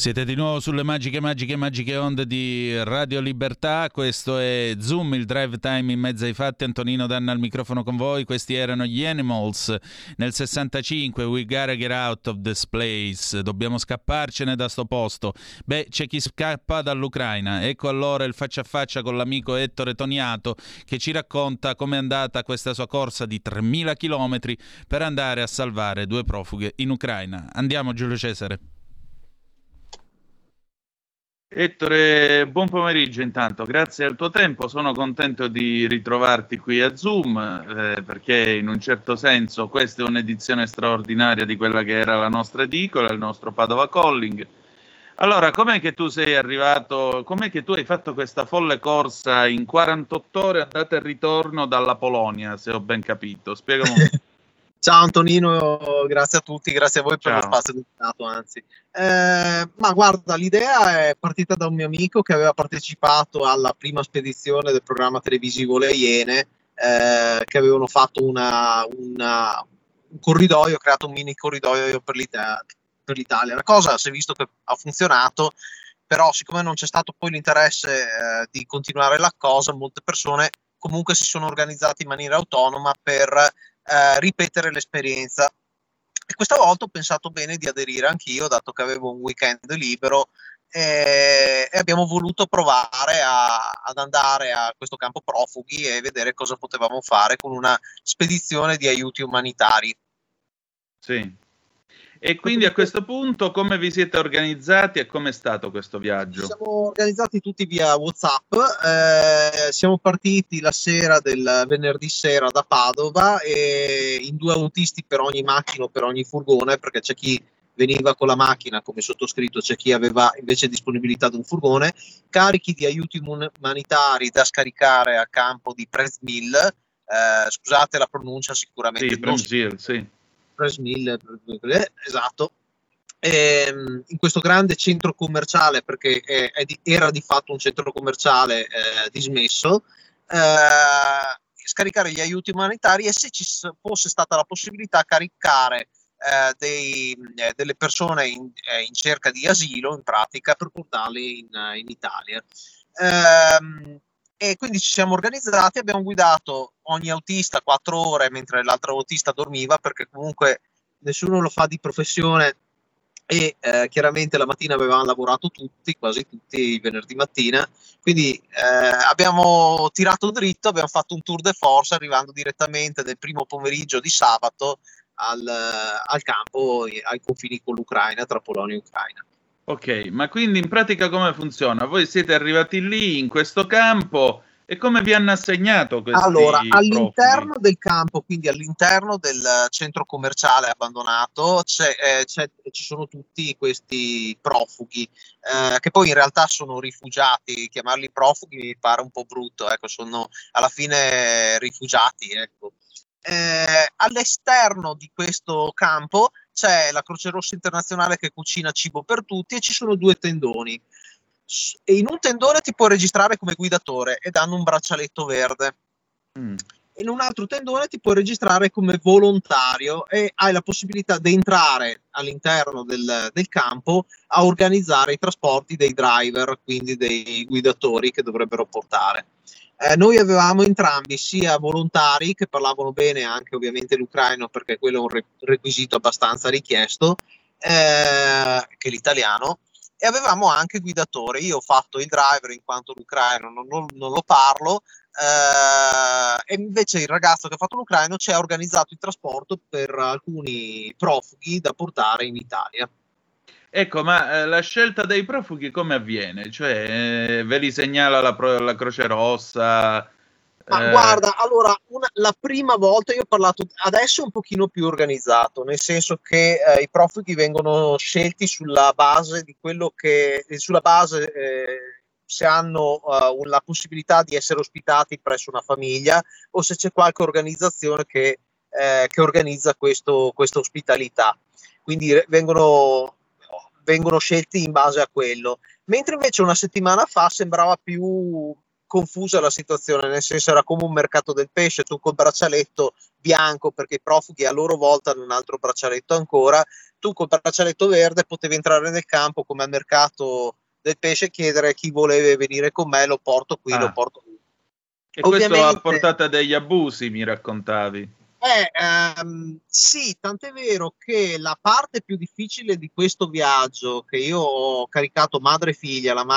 Siete di nuovo sulle magiche onde di Radio Libertà. Questo è Zoom, il drive time in mezzo ai fatti. Antonino Danna al microfono con voi. Questi erano gli Animals nel 65. We gotta get out of this place. Dobbiamo scapparcene da sto posto. Beh, c'è chi scappa dall'Ucraina. Ecco allora il faccia a faccia con l'amico Ettore Toniato, che ci racconta com'è andata questa sua corsa di 3.000 chilometri per andare a salvare 2 profughe in Ucraina. Andiamo, Giulio Cesare. Ettore, buon pomeriggio intanto, grazie al tuo tempo, sono contento di ritrovarti qui a Zoom perché in un certo senso questa è un'edizione straordinaria di quella che era la nostra edicola, il nostro Padova Calling. Allora, com'è che tu sei arrivato, com'è che tu hai fatto questa folle corsa in 48 ore andata e ritorno dalla Polonia, se ho ben capito? Spiegami un po'. Ciao Antonino, grazie a tutti, grazie a voi per lo spazio dedicato, anzi. Ma guarda, l'idea è partita da un mio amico che aveva partecipato alla prima spedizione del programma televisivo Le Iene, che avevano fatto un corridoio, creato un mini corridoio per l'Italia. La cosa si è visto che ha funzionato, però siccome non c'è stato poi l'interesse di continuare la cosa, molte persone comunque si sono organizzate in maniera autonoma per ripetere l'esperienza, e questa volta ho pensato bene di aderire anch'io, dato che avevo un weekend libero, e abbiamo voluto provare ad andare a questo campo profughi e vedere cosa potevamo fare con una spedizione di aiuti umanitari. Sì. E quindi a questo punto come vi siete organizzati e com'è stato questo viaggio? Siamo organizzati tutti via WhatsApp, siamo partiti la sera del venerdì sera da Padova, e in 2 autisti per ogni macchina o per ogni furgone, perché c'è chi veniva con la macchina come sottoscritto, c'è chi aveva invece disponibilità di un furgone, carichi di aiuti umanitari da scaricare a campo di Presmill, scusate la pronuncia sicuramente. Sì, Presmill, sì. Presmill, esatto, in questo grande centro commerciale, perché era di fatto un centro commerciale dismesso, scaricare gli aiuti umanitari, e se ci fosse stata la possibilità caricare delle persone in cerca di asilo, in pratica, per portarli in Italia. E quindi ci siamo organizzati, abbiamo guidato ogni autista 4 ore mentre l'altro autista dormiva, perché comunque nessuno lo fa di professione, e chiaramente la mattina avevamo lavorato quasi tutti il venerdì mattina, quindi abbiamo tirato dritto, abbiamo fatto un tour de force arrivando direttamente nel primo pomeriggio di sabato al campo ai confini con l'Ucraina, tra Polonia e Ucraina. Ok, ma quindi in pratica come funziona? Voi siete arrivati lì in questo campo e come vi hanno assegnato questi Allora, all'interno profughi? del campo, quindi all'interno del centro commerciale abbandonato, ci sono tutti questi profughi, che poi in realtà sono rifugiati. Chiamarli profughi mi pare un po' brutto, ecco, sono alla fine rifugiati, ecco. All'esterno di questo campo c'è la Croce Rossa Internazionale che cucina cibo per tutti, e ci sono 2 tendoni, e in un tendone ti puoi registrare come guidatore e danno un braccialetto verde, in un altro tendone ti puoi registrare come volontario e hai la possibilità di entrare all'interno del campo a organizzare i trasporti dei driver, quindi dei guidatori che dovrebbero portare. Noi avevamo entrambi, sia volontari che parlavano bene anche ovviamente l'ucraino, perché quello è un requisito abbastanza richiesto, che l'italiano, e avevamo anche guidatori. Io ho fatto il driver in quanto l'ucraino non lo parlo, e invece il ragazzo che ha fatto l'ucraino ci ha organizzato il trasporto per alcuni profughi da portare in Italia. Ecco, ma la scelta dei profughi come avviene? Cioè, ve li segnala la Croce Rossa? Ma guarda, allora, la prima volta io ho parlato, adesso è un pochino più organizzato, nel senso che i profughi vengono scelti sulla base di quello che, se hanno la possibilità di essere ospitati presso una famiglia, o se c'è qualche organizzazione che organizza questa ospitalità. Quindi vengono scelti in base a quello, mentre invece una settimana fa sembrava più confusa la situazione, nel senso era come un mercato del pesce, tu col braccialetto bianco, perché i profughi a loro volta hanno un altro braccialetto ancora, tu col braccialetto verde potevi entrare nel campo come al mercato del pesce e chiedere chi voleva venire con me, lo porto qui, lo porto lì. E questo ha portato a degli abusi, mi raccontavi. Sì, tant'è vero che la parte più difficile di questo viaggio, che io ho caricato madre e figlia, la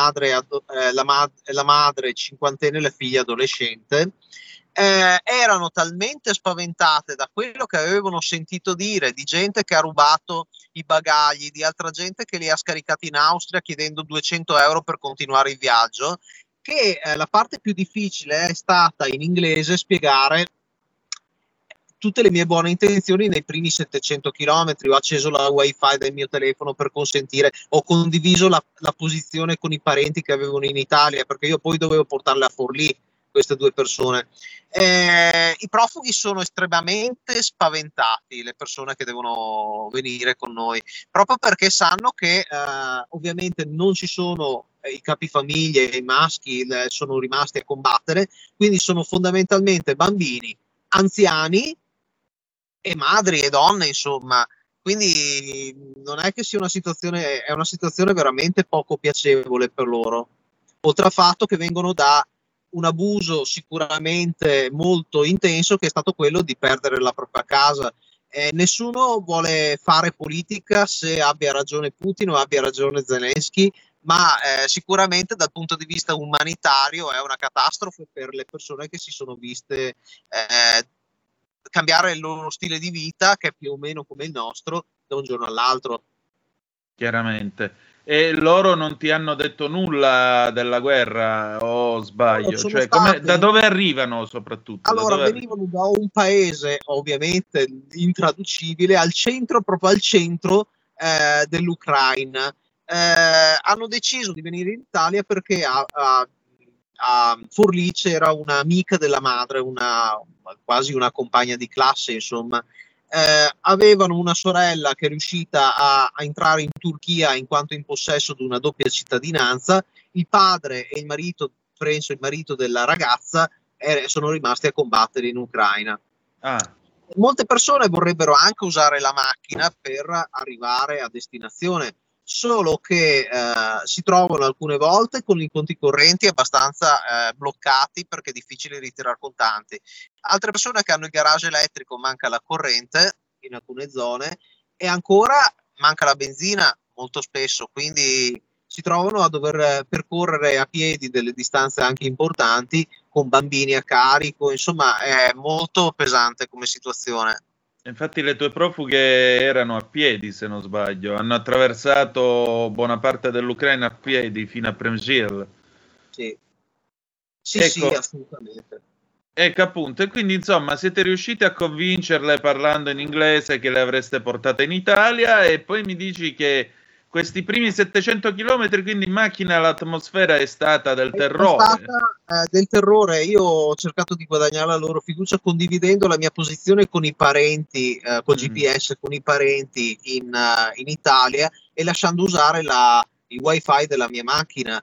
madre cinquantenne e la figlia adolescente, erano talmente spaventate da quello che avevano sentito dire di gente che ha rubato i bagagli, di altra gente che li ha scaricati in Austria chiedendo 200 euro per continuare il viaggio, che la parte più difficile è stata in inglese spiegare tutte le mie buone intenzioni nei primi 700 chilometri. Ho acceso la wifi del mio telefono per consentire, ho condiviso la posizione con i parenti che avevano in Italia, perché io poi dovevo portarle a Forlì, queste due persone. I profughi sono estremamente spaventati, le persone che devono venire con noi, proprio perché sanno che ovviamente non ci sono i capifamiglie, i maschi sono rimasti a combattere, quindi sono fondamentalmente bambini, anziani e madri e donne, insomma. Quindi non è che sia una situazione, è una situazione veramente poco piacevole per loro, oltre al fatto che vengono da un abuso sicuramente molto intenso, che è stato quello di perdere la propria casa. Nessuno vuole fare politica, se abbia ragione Putin o abbia ragione Zelensky, ma sicuramente dal punto di vista umanitario è una catastrofe per le persone che si sono viste cambiare il loro stile di vita, che è più o meno come il nostro, da un giorno all'altro. Chiaramente. E loro non ti hanno detto nulla della guerra, o sbaglio? Cioè, da dove arrivano soprattutto? Allora, venivano da un paese ovviamente intraducibile, al centro, proprio al centro dell'Ucraina. Hanno deciso di venire in Italia perché a Forlì c'era un'amica della madre, quasi una compagna di classe, insomma. Avevano una sorella che è riuscita a entrare in Turchia in quanto in possesso di una doppia cittadinanza. Il padre e il marito, penso il marito della ragazza, sono rimasti a combattere in Ucraina. Molte persone vorrebbero anche usare la macchina per arrivare a destinazione, solo che si trovano alcune volte con i conti correnti abbastanza bloccati, perché è difficile ritirare contanti. Altre persone che hanno il garage elettrico, manca la corrente in alcune zone e ancora manca la benzina molto spesso, quindi si trovano a dover percorrere a piedi delle distanze anche importanti con bambini a carico. Insomma, è molto pesante come situazione. Infatti le tue profughe erano a piedi, se non sbaglio, hanno attraversato buona parte dell'Ucraina a piedi fino a Przemysl. Sì, ecco, sì, assolutamente. Ecco, appunto, e quindi insomma siete riusciti a convincerle parlando in inglese che le avreste portate in Italia, e poi mi dici che questi primi 700 chilometri, quindi in macchina, l'atmosfera è stata del terrore. È stata del terrore. Io ho cercato di guadagnare la loro fiducia condividendo la mia posizione con i parenti, col GPS, con i parenti in Italia, e lasciando usare il wifi della mia macchina.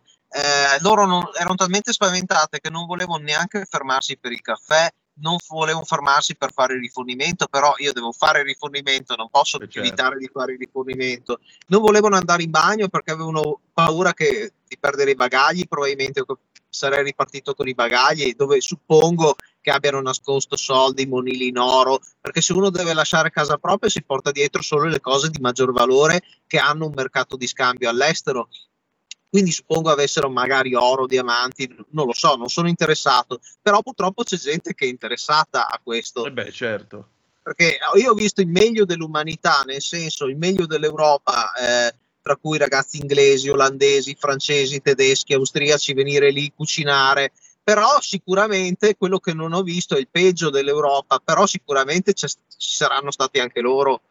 Loro erano talmente spaventate che non volevano neanche fermarsi per il caffè, non volevano fermarsi per fare il rifornimento, però io devo fare il rifornimento, non posso evitare di fare il rifornimento. Non volevano andare in bagno perché avevano paura di perdere i bagagli, probabilmente sarei ripartito con i bagagli, dove suppongo che abbiano nascosto soldi, monili in oro, perché se uno deve lasciare casa propria si porta dietro solo le cose di maggior valore che hanno un mercato di scambio all'estero. Quindi suppongo avessero magari oro, diamanti, non lo so, non sono interessato, però purtroppo c'è gente che è interessata a questo. Certo. Perché io ho visto il meglio dell'umanità, nel senso il meglio dell'Europa, tra cui ragazzi inglesi, olandesi, francesi, tedeschi, austriaci, venire lì, cucinare, però sicuramente quello che non ho visto è il peggio dell'Europa, però sicuramente ci saranno stati anche loro.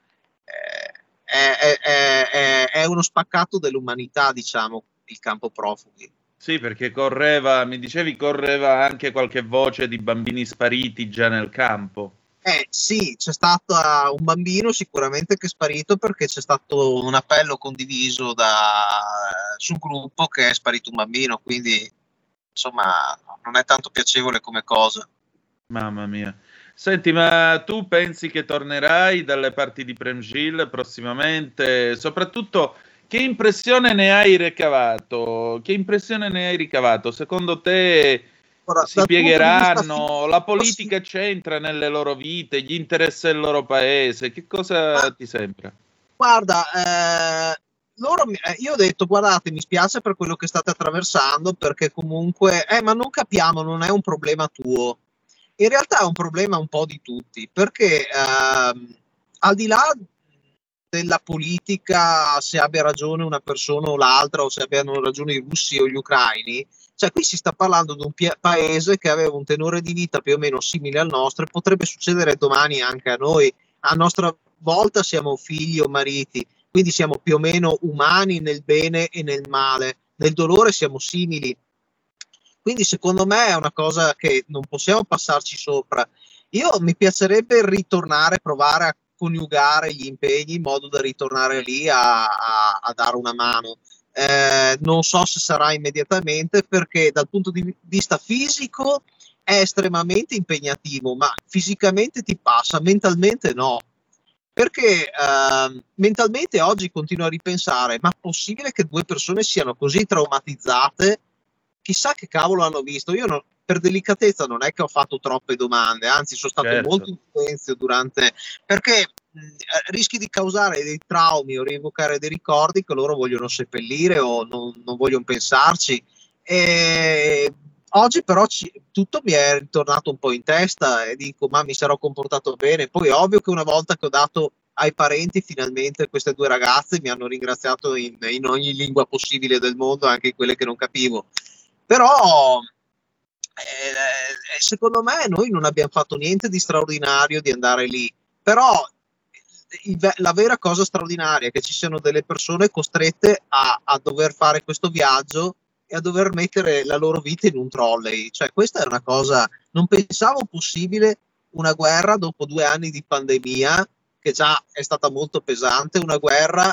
È uno spaccato dell'umanità, diciamo, il campo profughi. Sì, perché mi dicevi, correva anche qualche voce di bambini spariti già nel campo. Sì, c'è stato un bambino sicuramente che è sparito, perché c'è stato un appello condiviso sul gruppo che è sparito un bambino, quindi insomma non è tanto piacevole come cosa. Mamma mia. Senti, ma tu pensi che tornerai dalle parti di Premgil prossimamente? Soprattutto, che impressione ne hai ricavato? Che impressione ne hai ricavato? Secondo te Ora, si dal punto di vista piegheranno? La fisico, politica c'entra nelle loro vite? Gli interessa il loro paese? Che cosa ti sembra? Guarda, io ho detto, guardate, mi spiace per quello che state attraversando, perché comunque, ma non capiamo, non è un problema tuo. In realtà è un problema un po' di tutti, perché al di là della politica, se abbia ragione una persona o l'altra, o se abbiano ragione i russi o gli ucraini, cioè qui si sta parlando di un paese che aveva un tenore di vita più o meno simile al nostro, e potrebbe succedere domani anche a noi. A nostra volta siamo figli o mariti, quindi siamo più o meno umani nel bene e nel male, nel dolore siamo simili. Quindi secondo me è una cosa che non possiamo passarci sopra. Mi piacerebbe ritornare, provare a coniugare gli impegni in modo da ritornare lì a dare una mano. Non so se sarà immediatamente, perché dal punto di vista fisico è estremamente impegnativo, ma fisicamente ti passa, mentalmente no. Perché mentalmente oggi continuo a ripensare, ma è possibile che due persone siano così traumatizzate? Chissà che cavolo hanno visto. Io per delicatezza non è che ho fatto troppe domande, anzi sono stato molto in silenzio perché rischi di causare dei traumi o rievocare dei ricordi che loro vogliono seppellire o non vogliono pensarci. E oggi però tutto mi è ritornato un po' in testa e dico, ma mi sarò comportato bene. Poi è ovvio che una volta che ho dato ai parenti, finalmente queste due ragazze mi hanno ringraziato in ogni lingua possibile del mondo, anche in quelle che non capivo. Però secondo me noi non abbiamo fatto niente di straordinario di andare lì, però la vera cosa straordinaria è che ci siano delle persone costrette a dover fare questo viaggio e a dover mettere la loro vita in un trolley. Cioè, questa è una cosa, non pensavo possibile, una guerra dopo 2 anni di pandemia, che già è stata molto pesante, una guerra,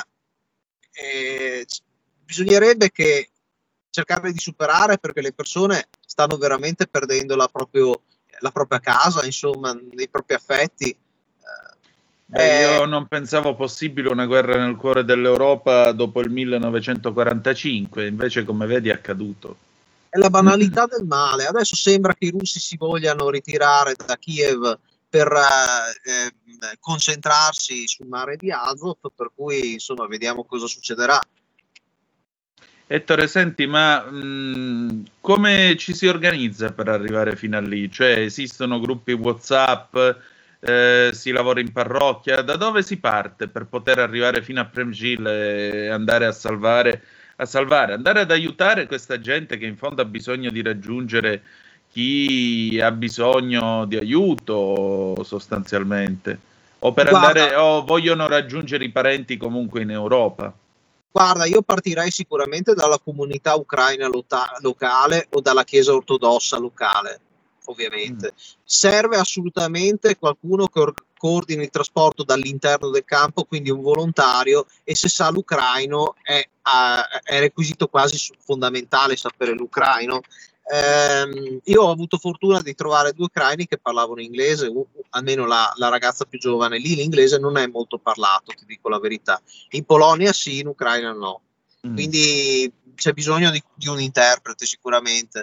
bisognerebbe che cercare di superare, perché le persone stanno veramente perdendo la propria casa, insomma, i propri affetti. Io non pensavo possibile una guerra nel cuore dell'Europa dopo il 1945, invece come vedi è accaduto. È la banalità del male. Adesso sembra che i russi si vogliano ritirare da Kiev per concentrarsi sul mare di Azov, per cui insomma vediamo cosa succederà. Ettore, senti, ma come ci si organizza per arrivare fino a lì? Cioè, esistono gruppi WhatsApp, si lavora in parrocchia? Da dove si parte per poter arrivare fino a Premgil e andare a salvare, andare ad aiutare questa gente che in fondo ha bisogno di raggiungere chi ha bisogno di aiuto, sostanzialmente? O per andare, o vogliono raggiungere i parenti comunque in Europa? Guarda, io partirei sicuramente dalla comunità ucraina locale o dalla chiesa ortodossa locale, ovviamente. Serve assolutamente qualcuno che coordini il trasporto dall'interno del campo, quindi un volontario, e se sa l'ucraino è requisito quasi fondamentale sapere l'ucraino. Io ho avuto fortuna di trovare 2 ucraini che parlavano inglese, almeno la ragazza più giovane. Lì l'inglese non è molto parlato, ti dico la verità. In Polonia sì, in Ucraina no. Quindi c'è bisogno di un interprete sicuramente.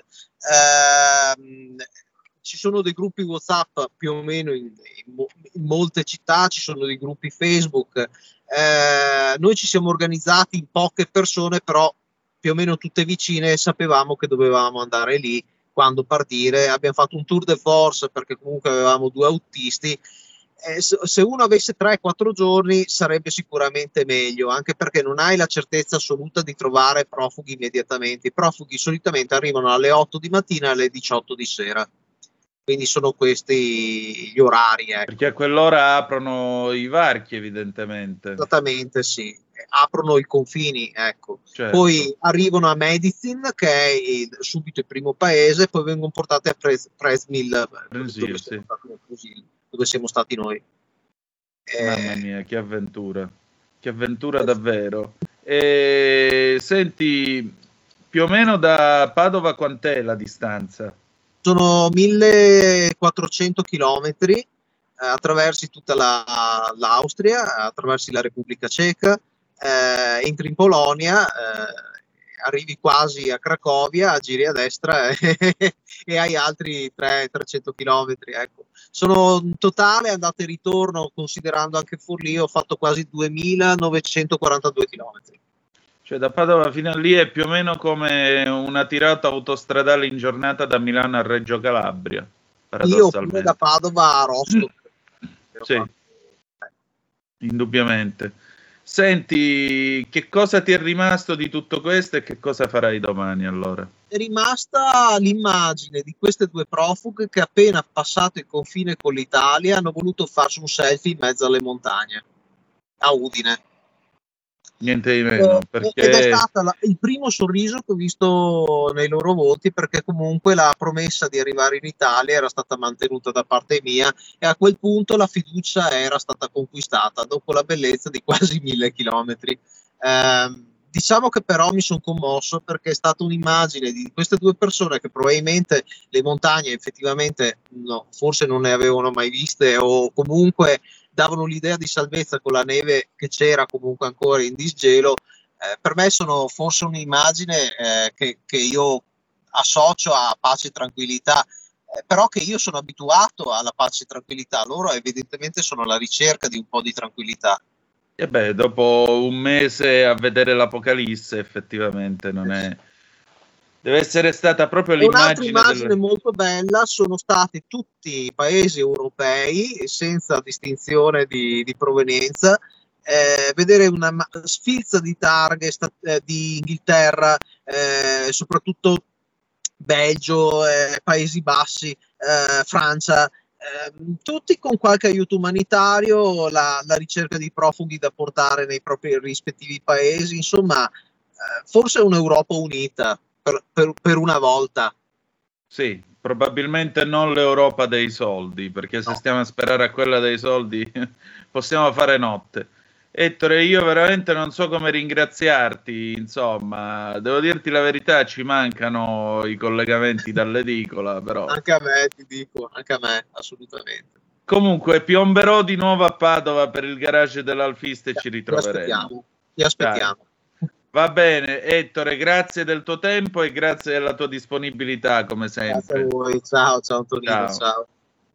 Ci sono dei gruppi WhatsApp più o meno in molte città, ci sono dei gruppi Facebook. Noi ci siamo organizzati in poche persone, però più o meno tutte vicine, e sapevamo che dovevamo andare lì, quando partire. Abbiamo fatto un tour de force perché comunque avevamo 2 autisti. Se uno avesse 3-4 giorni sarebbe sicuramente meglio, anche perché non hai la certezza assoluta di trovare profughi immediatamente. I profughi solitamente arrivano alle 8 di mattina e alle 18 di sera. Quindi sono questi gli orari. Perché a quell'ora aprono i varchi, evidentemente. Esattamente, sì. Aprono i confini, ecco. Certo. Poi arrivano a Medicine, che è subito il primo paese, poi vengono portati a Presmil, dove siamo stati noi. Mamma mia, che avventura davvero. Senti, più o meno da Padova quant'è la distanza? Sono 1400 chilometri, attraversi tutta l'Austria, attraversi la Repubblica Ceca, entri in Polonia, arrivi quasi a Cracovia, giri a destra e hai altri 300 chilometri. Ecco. Sono in totale andata e ritorno, considerando anche Forlì, ho fatto quasi 2942 chilometri. Cioè da Padova fino a lì è più o meno come una tirata autostradale in giornata da Milano a Reggio Calabria. Io pure da Padova a Rostock. Sì, indubbiamente. Senti, che cosa ti è rimasto di tutto questo e che cosa farai domani allora? È rimasta l'immagine di queste due profughe che appena passato il confine con l'Italia hanno voluto farsi un selfie in mezzo alle montagne a Udine. Niente di meno, perché... Ed è stato il primo sorriso che ho visto nei loro volti, perché comunque la promessa di arrivare in Italia era stata mantenuta da parte mia e a quel punto la fiducia era stata conquistata dopo la bellezza di quasi 1000 chilometri. Diciamo che però mi sono commosso, perché è stata un'immagine di queste due persone che probabilmente le montagne effettivamente no, forse non ne avevano mai viste, o comunque davano l'idea di salvezza con la neve che c'era comunque ancora in disgelo. Per me sono forse un'immagine che io associo a pace e tranquillità, però che io sono abituato alla pace e tranquillità, loro evidentemente sono alla ricerca di un po' di tranquillità. E beh, dopo un mese a vedere l'Apocalisse effettivamente non è... Deve essere stata proprio l'immagine. Un'altra immagine molto bella sono stati tutti i paesi europei, senza distinzione di provenienza, vedere una sfilza di targhe di Inghilterra, soprattutto Belgio, Paesi Bassi, Francia, tutti con qualche aiuto umanitario, la ricerca di profughi da portare nei propri rispettivi paesi, insomma, forse un'Europa unita. Per una volta. Sì, probabilmente non l'Europa dei soldi, perché se stiamo a sperare a quella dei soldi possiamo fare notte. Ettore, io veramente non so come ringraziarti, insomma, devo dirti la verità, ci mancano i collegamenti dall'edicola, però... Anche a me, ti dico, anche a me, assolutamente. Comunque, piomberò di nuovo a Padova per il garage dell'Alfista e ci ritroveremo. Ti aspettiamo. Dai. Va bene, Ettore, grazie del tuo tempo e grazie della tua disponibilità, come sempre. Grazie a voi, ciao Antonino, ciao.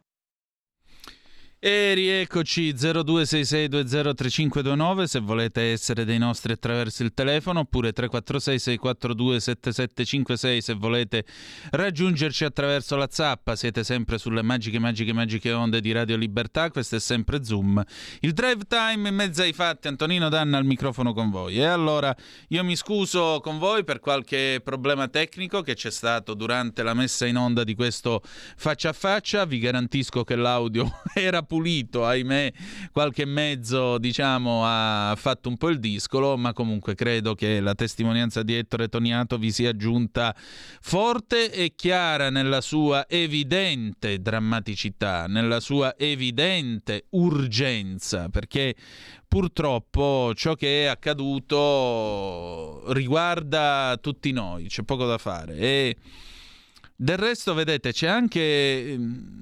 E rieccoci 0266203529 se volete essere dei nostri attraverso il telefono, oppure 346 642 7756 se volete raggiungerci attraverso la zappa. Siete sempre sulle magiche onde di Radio Libertà, questo è sempre Zoom, il drive time in mezzo ai fatti. Antonino Danna al microfono con voi. E allora io mi scuso con voi per qualche problema tecnico che c'è stato durante la messa in onda di questo faccia a faccia. Vi garantisco che l'audio era pulito, ahimè qualche mezzo diciamo ha fatto un po' il discolo, ma comunque credo che la testimonianza di Ettore Toniato vi sia giunta forte e chiara nella sua evidente drammaticità, nella sua evidente urgenza, perché purtroppo ciò che è accaduto riguarda tutti noi, c'è poco da fare. E del resto, vedete, c'è anche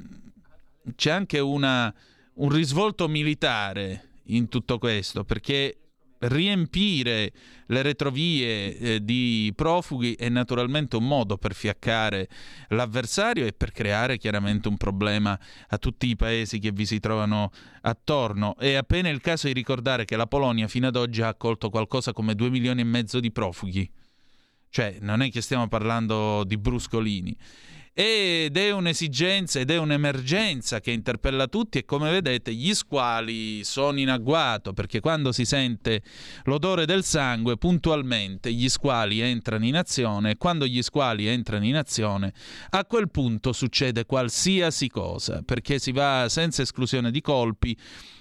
un risvolto militare in tutto questo, perché riempire le retrovie di profughi è naturalmente un modo per fiaccare l'avversario e per creare chiaramente un problema a tutti i paesi che vi si trovano attorno. È appena il caso di ricordare che la Polonia fino ad oggi ha accolto qualcosa come 2,5 milioni di profughi, cioè non è che stiamo parlando di bruscolini. Ed è un'esigenza ed è un'emergenza che interpella tutti, e come vedete gli squali sono in agguato, perché quando si sente l'odore del sangue puntualmente gli squali entrano in azione, e quando gli squali entrano in azione a quel punto succede qualsiasi cosa, perché si va senza esclusione di colpi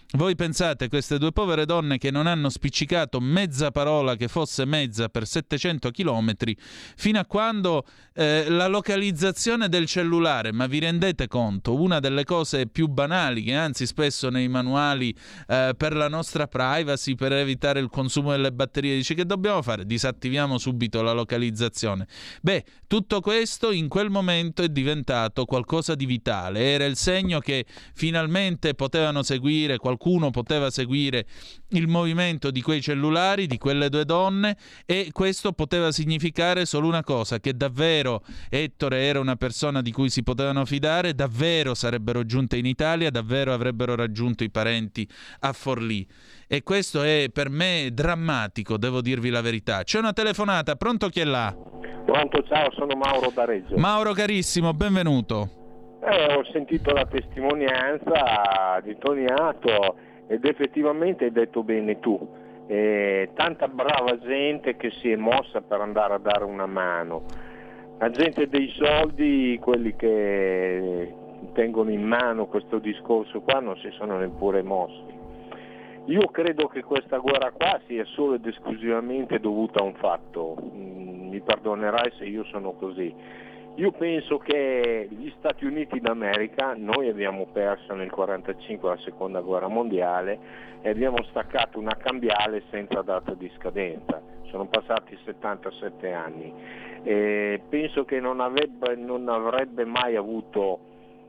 Voi pensate, queste due povere donne che non hanno spiccicato mezza parola che fosse mezza per 700 chilometri, fino a quando la localizzazione del cellulare, ma vi rendete conto, una delle cose più banali che anzi spesso nei manuali per la nostra privacy, per evitare il consumo delle batterie, dice che dobbiamo fare? Disattiviamo subito la localizzazione. Beh, tutto questo in quel momento è diventato qualcosa di vitale, era il segno che finalmente potevano seguire, qualcuno poteva seguire il movimento di quei cellulari, di quelle due donne, e questo poteva significare solo una cosa, che davvero Ettore era una persona di cui si potevano fidare, davvero sarebbero giunte in Italia, davvero avrebbero raggiunto i parenti a Forlì. E questo è per me drammatico, devo dirvi la verità. C'è una telefonata, pronto, chi è là? Pronto, ciao, sono Mauro da Reggio. Mauro carissimo, benvenuto. Ho sentito la testimonianza di Toniato ed effettivamente hai detto bene tu. Tanta brava gente che si è mossa per andare a dare una mano. La gente dei soldi, quelli che tengono in mano questo discorso qua, non si sono neppure mossi. Io credo che questa guerra qua sia solo ed esclusivamente dovuta a un fatto. Mi perdonerai se io sono così. Io penso che gli Stati Uniti d'America, noi abbiamo perso nel 1945 la seconda guerra mondiale e abbiamo staccato una cambiale senza data di scadenza. Sono passati 77 anni. Penso che non avrebbe mai avuto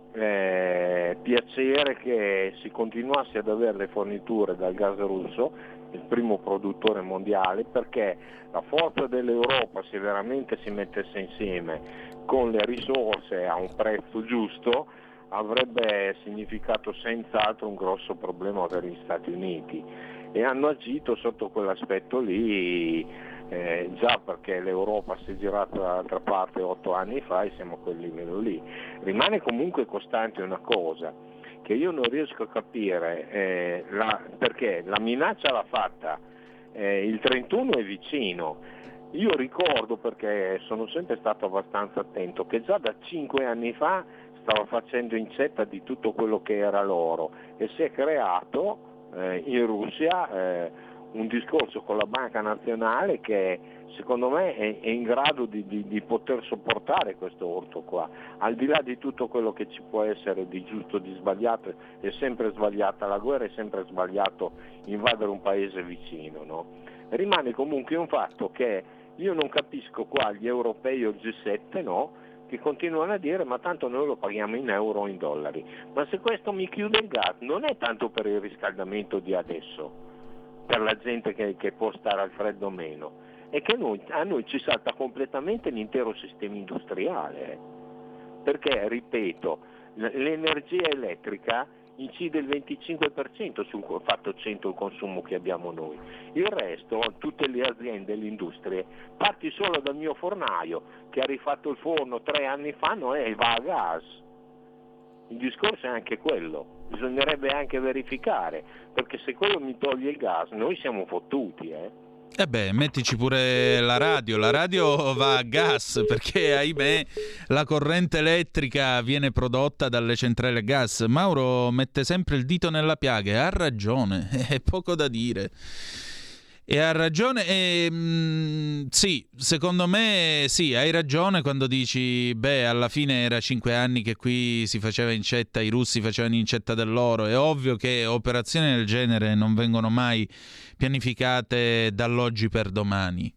piacere che si continuasse ad avere le forniture dal gas russo, il primo produttore mondiale, perché la forza dell'Europa, se veramente si mettesse insieme con le risorse a un prezzo giusto, avrebbe significato senz'altro un grosso problema per gli Stati Uniti, e hanno agito sotto quell'aspetto lì, già perché l'Europa si è girata dall'altra parte 8 anni fa e siamo a quel livello lì. Rimane comunque costante una cosa che io non riesco a capire, perché la minaccia l'ha fatta, il 31 è vicino. Io ricordo, perché sono sempre stato abbastanza attento, che già da 5 anni fa stava facendo incetta di tutto quello che era l'oro e si è creato in Russia un discorso con la Banca Nazionale che secondo me è in grado di poter sopportare questo urto qua, al di là di tutto quello che ci può essere di giusto, di sbagliato. È sempre sbagliata la guerra, è sempre sbagliato invadere un paese vicino, no? Rimane comunque un fatto che io non capisco qua gli europei o il G7, no? Che continuano a dire ma tanto noi lo paghiamo in euro o in dollari. Ma se questo mi chiude il gas non è tanto per il riscaldamento di adesso, per la gente che può stare al freddo meno, è che a noi ci salta completamente l'intero sistema industriale, perché, ripeto, l'energia elettrica incide il 25% sul fatto 100 il consumo che abbiamo noi. Il resto, tutte le aziende, le industrie, parti solo dal mio fornaio che ha rifatto il forno 3 anni fa, e va a gas. Il discorso è anche quello, bisognerebbe anche verificare, perché se quello mi toglie il gas noi siamo fottuti, mettici pure la radio va a gas, perché ahimè la corrente elettrica viene prodotta dalle centrali a gas. Mauro mette sempre il dito nella piaga e ha ragione, è poco da dire. E ha ragione, sì, secondo me sì, hai ragione quando dici, alla fine era 5 anni che qui si faceva incetta, i russi facevano incetta dell'oro. È ovvio che operazioni del genere non vengono mai pianificate dall'oggi per domani.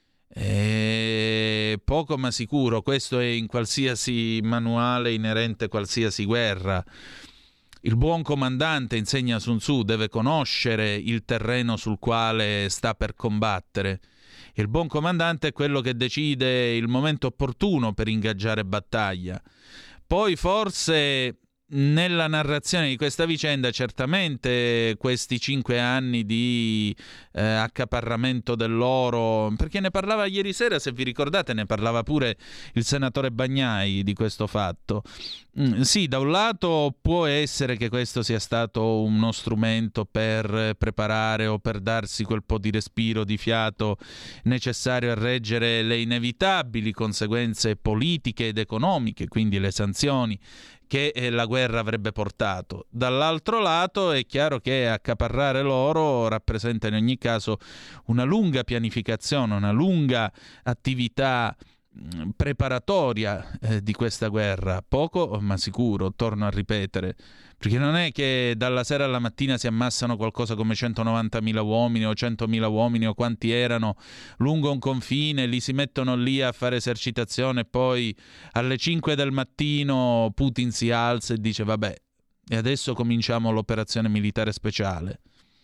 Poco ma sicuro, questo è in qualsiasi manuale inerente a qualsiasi guerra. Il buon comandante, insegna Sun Tzu, deve conoscere il terreno sul quale sta per combattere. Il buon comandante è quello che decide il momento opportuno per ingaggiare battaglia. Poi forse nella narrazione di questa vicenda certamente questi 5 anni di accaparramento dell'oro, perché ne parlava ieri sera, se vi ricordate, ne parlava pure il senatore Bagnai di questo fatto. Sì, da un lato può essere che questo sia stato uno strumento per preparare o per darsi quel po' di respiro, di fiato necessario a reggere le inevitabili conseguenze politiche ed economiche, quindi le sanzioni che la guerra avrebbe portato. Dall'altro lato è chiaro che accaparrare l'oro rappresenta in ogni caso una lunga pianificazione, una lunga attività preparatoria di questa guerra, poco ma sicuro, torno a ripetere, perché non è che dalla sera alla mattina si ammassano qualcosa come 190.000 uomini o 100.000 uomini o quanti erano lungo un confine, li si mettono lì a fare esercitazione e poi alle 5 del mattino Putin si alza e dice vabbè, e adesso cominciamo l'operazione militare speciale.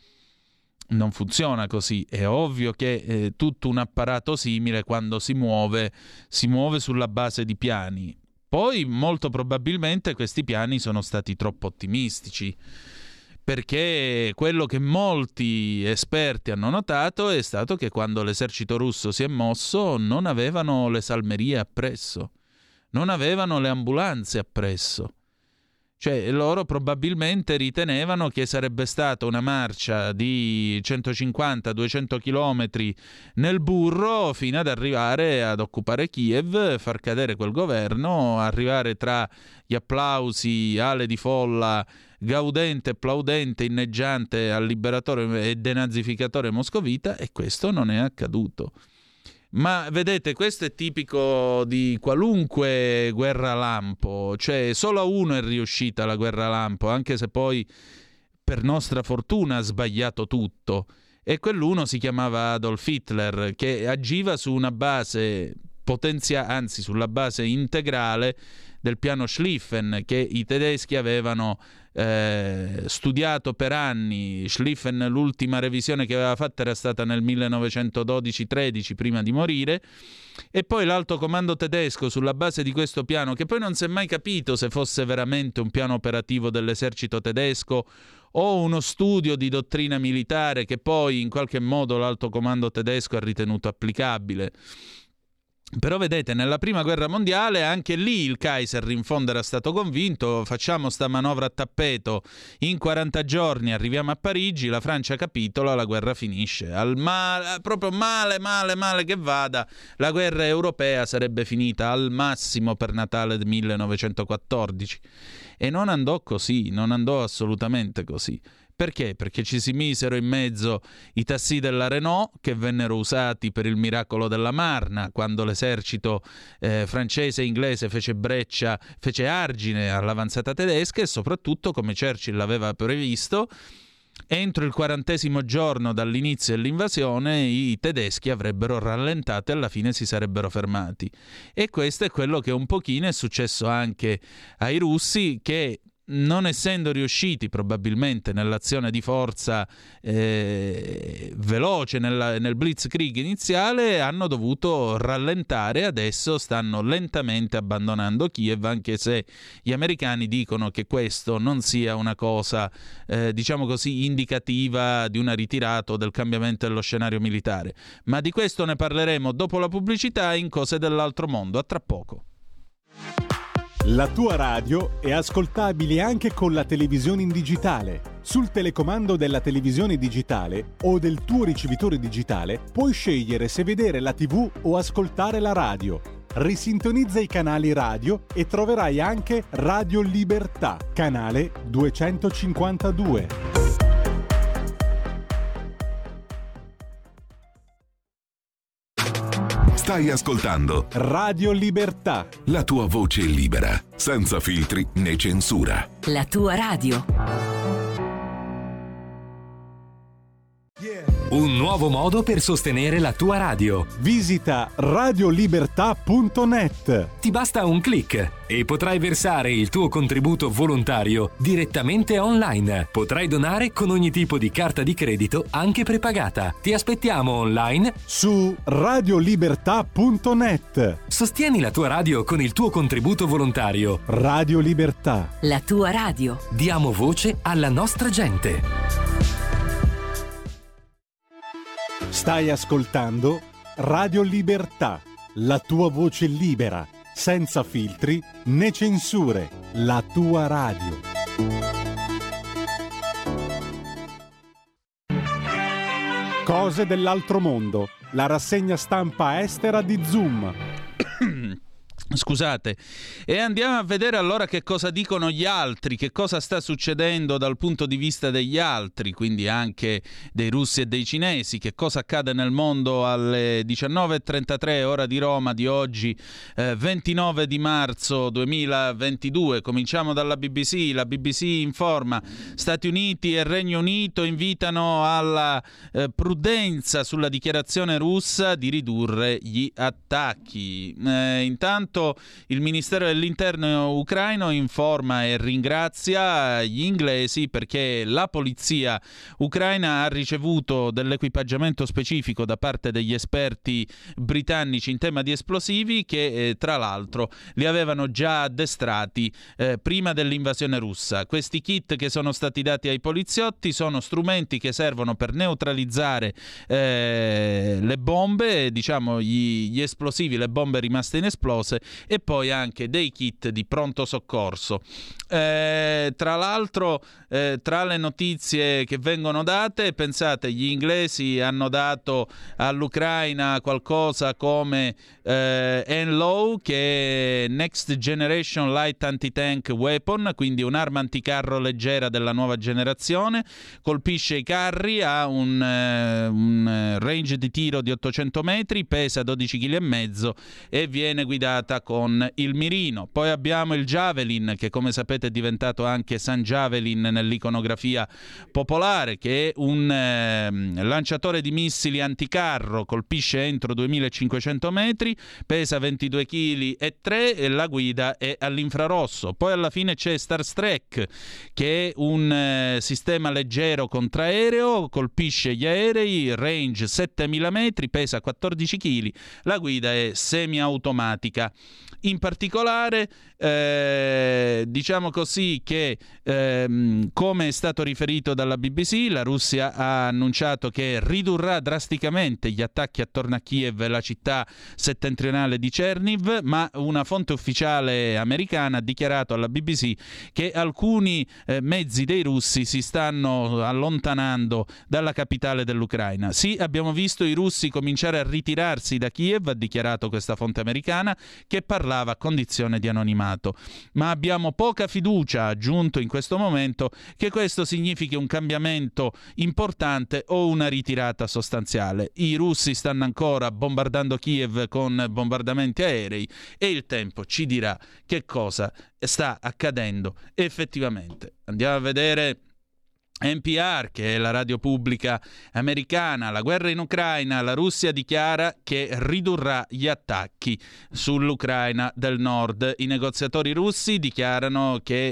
Non funziona così, è ovvio che tutto un apparato simile quando si muove sulla base di piani. Poi molto probabilmente questi piani sono stati troppo ottimistici, perché quello che molti esperti hanno notato è stato che quando l'esercito russo si è mosso non avevano le salmerie appresso, non avevano le ambulanze appresso. Cioè loro probabilmente ritenevano che sarebbe stata una marcia di 150-200 chilometri nel burro fino ad arrivare ad occupare Kiev, far cadere quel governo, arrivare tra gli applausi, ale di folla, gaudente, plaudente, inneggiante al liberatore e denazificatore moscovita, e questo non è accaduto. Ma vedete, questo è tipico di qualunque guerra lampo, cioè solo a uno è riuscita la guerra lampo, anche se poi per nostra fortuna ha sbagliato tutto, e quell'uno si chiamava Adolf Hitler, che agiva su una base sulla base integrale del piano Schlieffen, che i tedeschi avevano studiato per anni. Schlieffen, l'ultima revisione che aveva fatta era stata nel 1912-13 prima di morire, e poi l'alto comando tedesco sulla base di questo piano, che poi non si è mai capito se fosse veramente un piano operativo dell'esercito tedesco o uno studio di dottrina militare che poi in qualche modo l'alto comando tedesco ha ritenuto applicabile. Però vedete, nella prima guerra mondiale anche lì il Kaiser in fondo era stato convinto: facciamo sta manovra a tappeto, in 40 giorni arriviamo a Parigi, la Francia capitola, la guerra finisce. Proprio male che vada, la guerra europea sarebbe finita al massimo per Natale del 1914. E non andò così, non andò assolutamente così. Perché? Perché ci si misero in mezzo i tassi della Renault, che vennero usati per il miracolo della Marna, quando l'esercito francese e inglese fece argine all'avanzata tedesca, e soprattutto, come Churchill l'aveva previsto, entro il 40° giorno dall'inizio dell'invasione i tedeschi avrebbero rallentato e alla fine si sarebbero fermati. E questo è quello che un pochino è successo anche ai russi, che non essendo riusciti probabilmente nell'azione di forza veloce nel blitzkrieg iniziale, hanno dovuto rallentare. Adesso stanno lentamente abbandonando Kiev, anche se gli americani dicono che questo non sia una cosa diciamo così indicativa di una ritirata o del cambiamento dello scenario militare. Ma di questo ne parleremo dopo la pubblicità in Cose dell'altro mondo. A tra poco. La tua radio è ascoltabile anche con la televisione in digitale. Sul telecomando della televisione digitale o del tuo ricevitore digitale puoi scegliere se vedere la TV o ascoltare la radio. Risintonizza i canali radio e troverai anche Radio Libertà, canale 252. Stai ascoltando Radio Libertà, la tua voce libera, senza filtri né censura. La tua radio. Un nuovo modo per sostenere la tua radio. Visita radiolibertà.net. Ti basta un click e potrai versare il tuo contributo volontario direttamente online. Potrai donare con ogni tipo di carta di credito, anche prepagata. Ti aspettiamo online su radiolibertà.net. Sostieni la tua radio con il tuo contributo volontario. Radio Libertà. La tua radio. Diamo voce alla nostra gente. Stai ascoltando Radio Libertà, la tua voce libera, senza filtri né censure, la tua radio. Cose dell'altro mondo, la rassegna stampa estera di Zoom. Scusate, e andiamo a vedere allora che cosa dicono gli altri, che cosa sta succedendo dal punto di vista degli altri, quindi anche dei russi e dei cinesi, che cosa accade nel mondo alle 19.33 ora di Roma di oggi, 29 di marzo 2022. Cominciamo dalla BBC. La BBC informa: Stati Uniti e Regno Unito invitano alla prudenza sulla dichiarazione russa di ridurre gli attacchi. Intanto il Ministero dell'Interno ucraino informa e ringrazia gli inglesi perché la polizia ucraina ha ricevuto dell'equipaggiamento specifico da parte degli esperti britannici in tema di esplosivi che tra l'altro li avevano già addestrati prima dell'invasione russa. Questi kit che sono stati dati ai poliziotti sono strumenti che servono per neutralizzare le bombe, diciamo gli esplosivi, le bombe rimaste inesplose, e poi anche dei kit di pronto soccorso. Tra l'altro, tra le notizie che vengono date, pensate, gli inglesi hanno dato all'Ucraina qualcosa come NLAW, che è Next Generation Light Anti-Tank Weapon, quindi un'arma anticarro leggera della nuova generazione, colpisce i carri, ha un range di tiro di 800 metri, pesa 12,5 kg e viene guidata con il mirino. Poi abbiamo il Javelin, che come sapete è diventato anche San Javelin nell'iconografia popolare, che è un lanciatore di missili anticarro, colpisce entro 2500 metri, pesa 22,3 kg e la guida è all'infrarosso. Poi alla fine c'è Starstreak, che è un sistema leggero contraereo, colpisce gli aerei, range 7000 metri, pesa 14 kg, la guida è semiautomatica. In particolare diciamo così che come è stato riferito dalla BBC, la Russia ha annunciato che ridurrà drasticamente gli attacchi attorno a Kiev e la città settentrionale di Cherniv, ma una fonte ufficiale americana ha dichiarato alla BBC che alcuni mezzi dei russi si stanno allontanando dalla capitale dell'Ucraina. Sì, abbiamo visto i russi cominciare a ritirarsi da Kiev, ha dichiarato questa fonte americana, che parlava a condizione di anonimato, ma abbiamo poca fiducia, ha aggiunto in questo momento, che questo significhi un cambiamento importante o una ritirata sostanziale. I russi stanno ancora bombardando Kiev con bombardamenti aerei e il tempo ci dirà che cosa sta accadendo effettivamente. Andiamo a vedere NPR, che è la radio pubblica americana. La guerra in Ucraina, la Russia dichiara che ridurrà gli attacchi sull'Ucraina del Nord. I negoziatori russi dichiarano che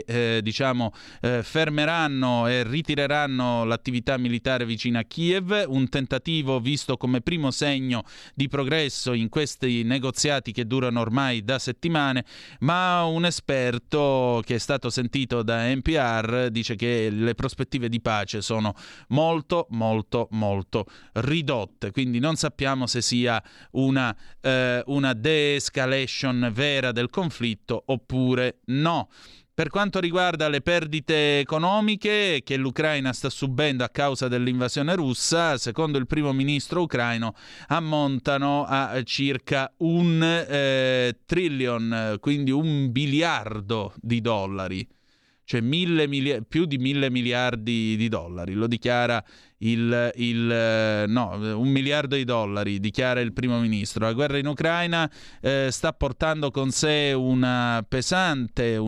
fermeranno e ritireranno l'attività militare vicino a Kiev, un tentativo visto come primo segno di progresso in questi negoziati che durano ormai da settimane, ma un esperto che è stato sentito da NPR dice che le prospettive di pace sono molto ridotte, quindi non sappiamo se sia una de-escalation vera del conflitto oppure no. Per quanto riguarda le perdite economiche che l'Ucraina sta subendo a causa dell'invasione russa, secondo il primo ministro ucraino ammontano a circa $1 trillion, quindi $1 biliardo, cioè più di 1.000 miliardi di dollari, lo dichiara $1 miliardo, dichiara il primo ministro. La guerra in Ucraina sta portando con sé un pesante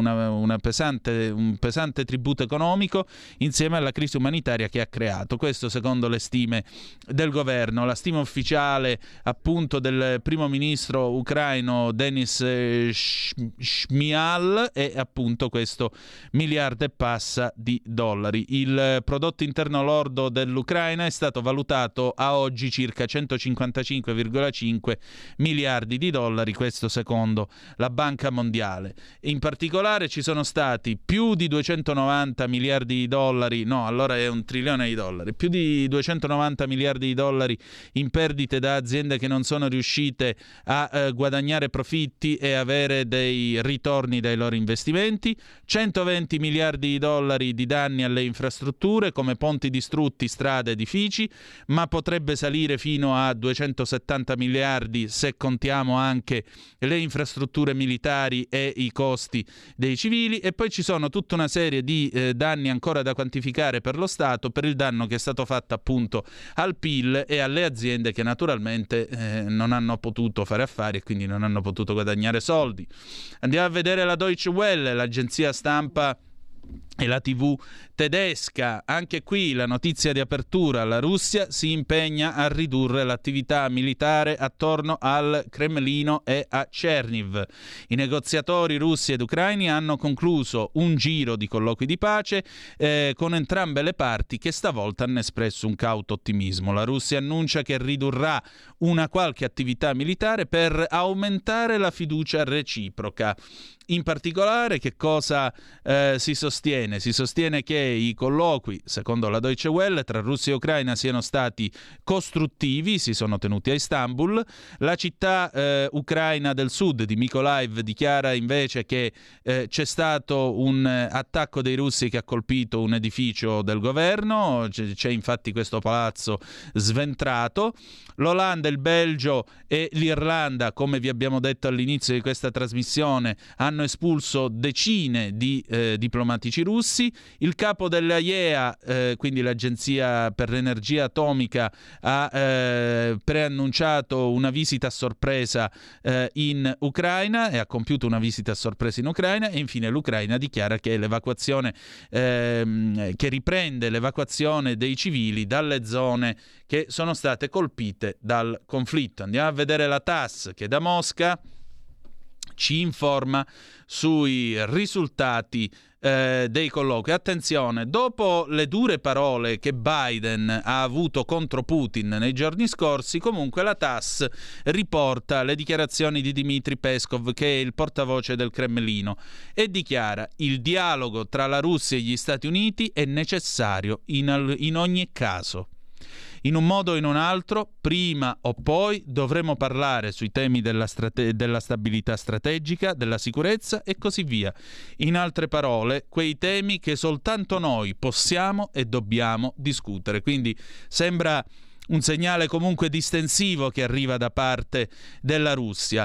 tributo economico insieme alla crisi umanitaria che ha creato. Questo secondo le stime del governo. La stima ufficiale appunto del primo ministro ucraino Denis Shmyhal è appunto questo miliardo e passa di dollari. Il prodotto interno lordo dell'Ucraina è stato valutato a oggi circa 155,5 miliardi di dollari, questo secondo la Banca Mondiale. In particolare ci sono stati più di 290 miliardi di dollari, no, allora è $1 trilione, più di 290 miliardi di dollari in perdite da aziende che non sono riuscite a guadagnare profitti e avere dei ritorni dai loro investimenti, 120 miliardi di dollari di danni alle infrastrutture come ponti distrutti, strade strade, edifici, ma potrebbe salire fino a 270 miliardi se contiamo anche le infrastrutture militari e i costi dei civili. E poi ci sono tutta una serie di danni ancora da quantificare per lo Stato, per il danno che è stato fatto appunto al PIL e alle aziende che naturalmente non hanno potuto fare affari e quindi non hanno potuto guadagnare soldi. Andiamo a vedere la Deutsche Welle, l'agenzia stampa e la TV tedesca. Anche qui la notizia di apertura: la Russia si impegna a ridurre l'attività militare attorno al Cremlino e a Cherniv. I negoziatori russi ed ucraini hanno concluso un giro di colloqui di pace con entrambe le parti, che stavolta hanno espresso un cauto ottimismo. La Russia annuncia che ridurrà una qualche attività militare per aumentare la fiducia reciproca. In particolare, che cosa si sostiene? Si sostiene che i colloqui, secondo la Deutsche Welle, tra Russia e Ucraina siano stati costruttivi, si sono tenuti a Istanbul. La città ucraina del sud di Mykolaiv dichiara invece che c'è stato un attacco dei russi che ha colpito un edificio del governo, c'è infatti questo palazzo sventrato. L'Olanda, il Belgio e l'Irlanda, come vi abbiamo detto all'inizio di questa trasmissione, hanno espulso decine di diplomatici russi. Il capo dell'AIEA, quindi l'Agenzia per l'Energia Atomica, ha preannunciato una visita a sorpresa in Ucraina e ha compiuto una visita a sorpresa in Ucraina. E infine l'Ucraina dichiara che l'evacuazione che riprende l'evacuazione dei civili dalle zone che sono state colpite dal conflitto. Andiamo a vedere la TASS, che da Mosca ci informa sui risultati dei colloqui. Attenzione, dopo le dure parole che Biden ha avuto contro Putin nei giorni scorsi, comunque la TASS riporta le dichiarazioni di Dmitry Peskov, che è il portavoce del Cremlino, e dichiara: il dialogo tra la Russia e gli Stati Uniti è necessario in ogni caso. In un modo o in un altro, prima o poi, dovremo parlare sui temi della stabilità strategica, della sicurezza e così via. In altre parole, quei temi che soltanto noi possiamo e dobbiamo discutere. Quindi sembra un segnale comunque distensivo che arriva da parte della Russia.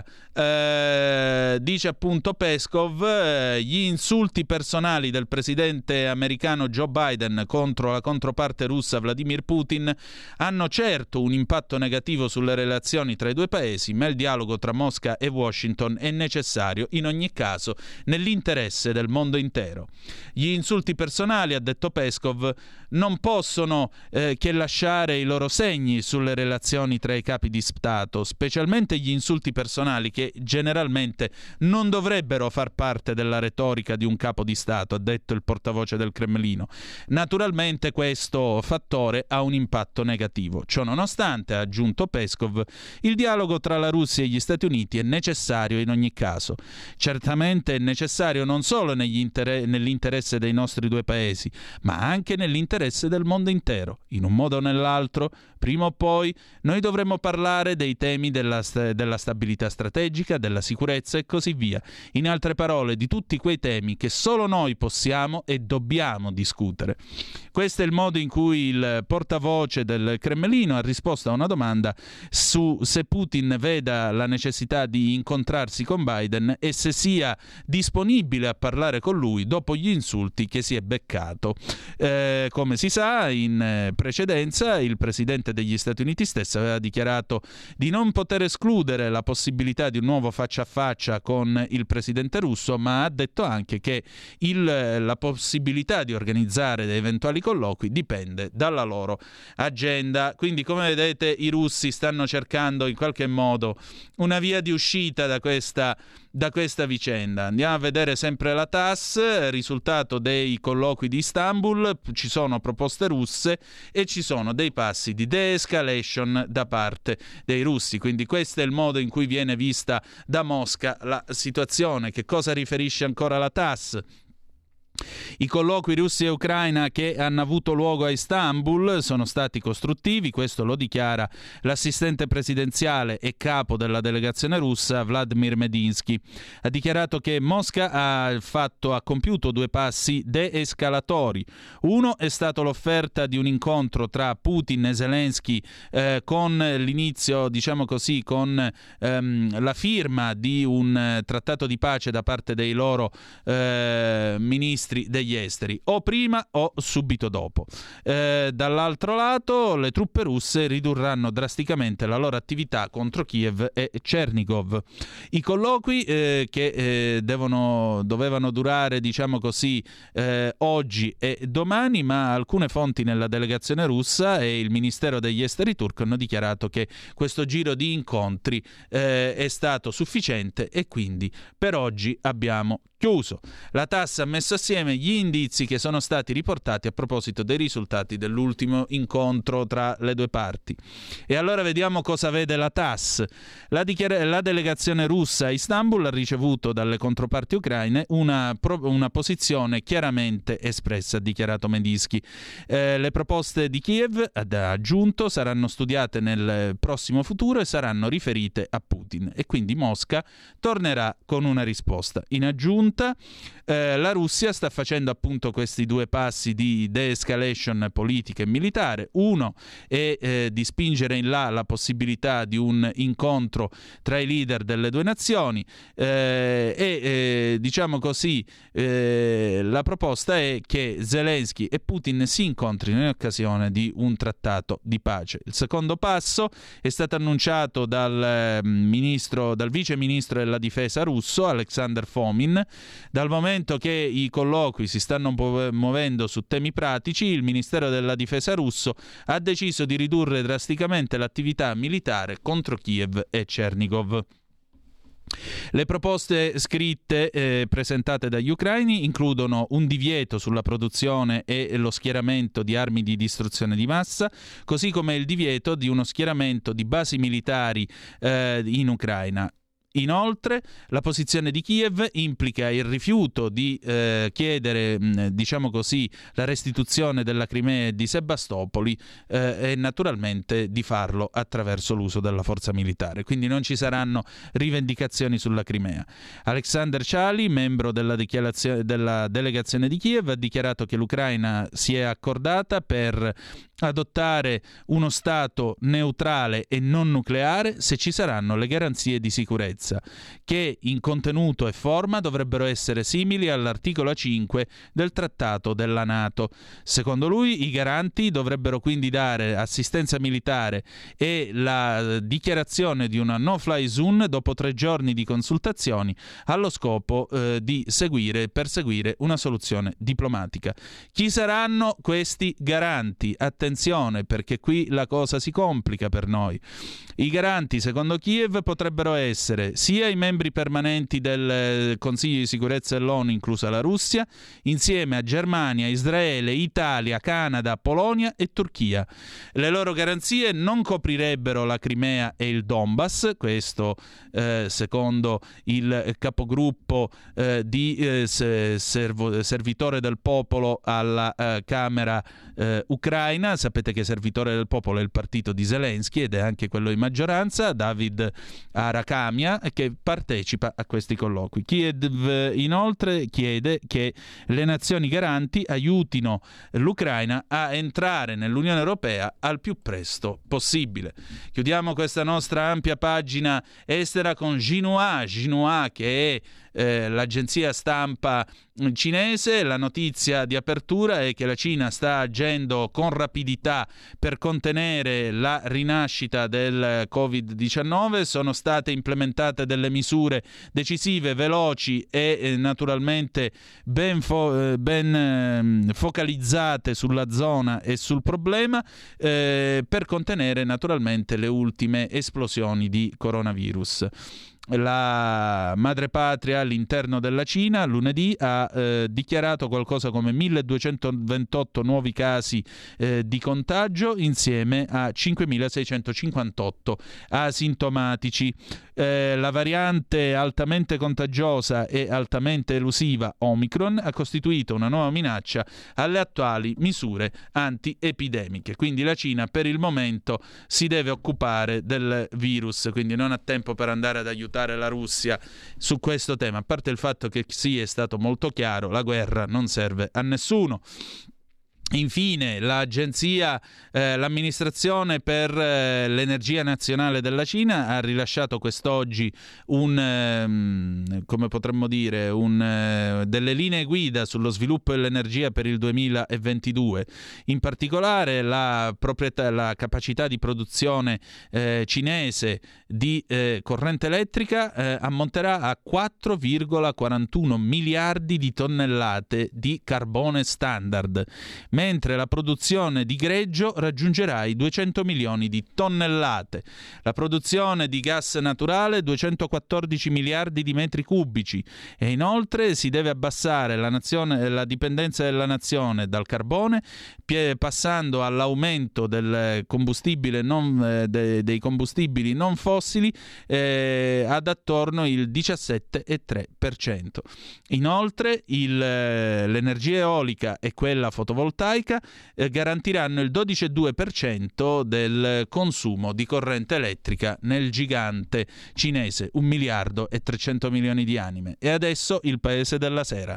Dice appunto Peskov, gli insulti personali del presidente americano Joe Biden contro la controparte russa Vladimir Putin hanno certo un impatto negativo sulle relazioni tra i due paesi, ma il dialogo tra Mosca e Washington è necessario in ogni caso nell'interesse del mondo intero. Gli insulti personali, ha detto Peskov, non possono che lasciare i loro segni sulle relazioni tra i capi di Stato, specialmente gli insulti personali, che generalmente non dovrebbero far parte della retorica di un capo di Stato, ha detto il portavoce del Cremlino. Naturalmente questo fattore ha un impatto negativo. Ciò nonostante, ha aggiunto Peskov, il dialogo tra la Russia e gli Stati Uniti è necessario in ogni caso. Certamente è necessario non solo nell'interesse dei nostri due paesi, ma anche nell'interesse del mondo intero. In un modo o nell'altro, prima o poi, noi dovremo parlare dei temi della stabilità strategica, della sicurezza e così via. In altre parole, di tutti quei temi che solo noi possiamo e dobbiamo discutere. Questo è il modo in cui il portavoce del Cremlino ha risposto a una domanda su se Putin veda la necessità di incontrarsi con Biden e se sia disponibile a parlare con lui dopo gli insulti che si è beccato. Come si sa, in precedenza il presidente degli Stati Uniti stesso aveva dichiarato di non poter escludere la possibilità di un nuovo faccia a faccia con il presidente russo, ma ha detto anche che la possibilità di organizzare dei eventuali colloqui dipende dalla loro agenda. Quindi, come vedete, i russi stanno cercando in qualche modo una via di uscita da questa vicenda. Andiamo a vedere sempre la TASS, risultato dei colloqui di Istanbul. Ci sono proposte russe e ci sono dei passi di de-escalation da parte dei russi, quindi questo è il modo in cui viene vista da Mosca la situazione. Che cosa riferisce ancora la TASS? I colloqui Russia e Ucraina che hanno avuto luogo a Istanbul sono stati costruttivi, questo lo dichiara l'assistente presidenziale e capo della delegazione russa Vladimir Medinsky. Ha dichiarato che Mosca ha compiuto 2 passi deescalatori. Uno è stato l'offerta di un incontro tra Putin e Zelensky con l'inizio, diciamo così, con la firma di un trattato di pace da parte dei loro ministri degli esteri, o prima o subito dopo. Dall'altro lato, le truppe russe ridurranno drasticamente la loro attività contro Kiev e Chernigov. I colloqui che dovevano durare, diciamo così, oggi e domani, ma alcune fonti nella delegazione russa e il Ministero degli Esteri turco hanno dichiarato che questo giro di incontri è stato sufficiente e quindi per oggi abbiamo chiuso. La TASS ha messo assieme gli indizi che sono stati riportati a proposito dei risultati dell'ultimo incontro tra le due parti. E allora vediamo cosa vede la TASS. La delegazione russa a Istanbul ha ricevuto dalle controparti ucraine una posizione chiaramente espressa, ha dichiarato Medinsky. Le proposte di Kiev, ha aggiunto, saranno studiate nel prossimo futuro e saranno riferite a Putin, e quindi Mosca tornerà con una risposta. In aggiunta, la Russia sta facendo appunto questi 2 passi di de-escalation politica e militare. Uno è di spingere in là la possibilità di un incontro tra i leader delle 2 nazioni diciamo così, la proposta è che Zelensky e Putin si incontrino in occasione di un trattato di pace. Il secondo passo è stato annunciato dal vice ministro della difesa russo Alexander Fomin. Dal momento che i colloqui si stanno muovendo su temi pratici, il Ministero della Difesa russo ha deciso di ridurre drasticamente l'attività militare contro Kiev e Chernigov. Le proposte scritte presentate dagli ucraini includono un divieto sulla produzione e lo schieramento di armi di distruzione di massa, così come il divieto di uno schieramento di basi militari in Ucraina. Inoltre, la posizione di Kiev implica il rifiuto di chiedere, diciamo così, la restituzione della Crimea e di Sebastopoli e naturalmente di farlo attraverso l'uso della forza militare. Quindi non ci saranno rivendicazioni sulla Crimea. Alexander Chali, membro della delegazione di Kiev, ha dichiarato che l'Ucraina si è accordata per adottare uno stato neutrale e non nucleare se ci saranno le garanzie di sicurezza, che in contenuto e forma dovrebbero essere simili all'articolo 5 del trattato della NATO. Secondo lui, i garanti dovrebbero quindi dare assistenza militare e la dichiarazione di una no-fly zone dopo 3 giorni di consultazioni, allo scopo di perseguire una soluzione diplomatica. Chi saranno questi garanti? Attenzione, perché qui la cosa si complica per noi. I garanti, secondo Kiev, potrebbero essere sia i membri permanenti del Consiglio di sicurezza dell'ONU, inclusa la Russia, insieme a Germania, Israele, Italia, Canada, Polonia e Turchia. Le loro garanzie non coprirebbero la Crimea e il Donbass, questo secondo il capogruppo di Servitore del Popolo alla Camera ucraina. Sapete che Servitore del Popolo è il partito di Zelensky ed è anche quello in maggioranza, David Arakhamia, che partecipa a questi colloqui. Kiev inoltre chiede che le nazioni garanti aiutino l'Ucraina a entrare nell'Unione Europea al più presto possibile. Chiudiamo questa nostra ampia pagina estera con Xinhua, che è l'agenzia stampa cinese. La notizia di apertura è che la Cina sta agendo con rapidità per contenere la rinascita del Covid-19. Sono state implementate delle misure decisive, veloci e naturalmente ben focalizzate sulla zona e sul problema per contenere naturalmente le ultime esplosioni di coronavirus. La madrepatria all'interno della Cina lunedì ha dichiarato qualcosa come 1228 nuovi casi di contagio insieme a 5658 asintomatici. La variante altamente contagiosa e altamente elusiva Omicron ha costituito una nuova minaccia alle attuali misure antiepidemiche. Quindi la Cina per il momento si deve occupare del virus, quindi non ha tempo per andare ad aiutare la Russia su questo tema, a parte il fatto che sì, è stato molto chiaro, la guerra non serve a nessuno. Infine, l'amministrazione per l'energia nazionale della Cina ha rilasciato quest'oggi delle linee guida sullo sviluppo dell'energia per il 2022. In particolare la capacità di produzione cinese di corrente elettrica ammonterà a 4,41 miliardi di tonnellate di carbone standard, mentre la produzione di greggio raggiungerà i 200 milioni di tonnellate. La produzione di gas naturale 214 miliardi di metri cubici e inoltre si deve abbassare la dipendenza della nazione dal carbone, passando all'aumento del combustibile dei combustibili non fossili ad attorno il 17,3%. Inoltre l'energia eolica e quella fotovoltaica garantiranno il 12,2% del consumo di corrente elettrica nel gigante cinese, 1 miliardo e 300 milioni di anime. E adesso il Paese della Sera.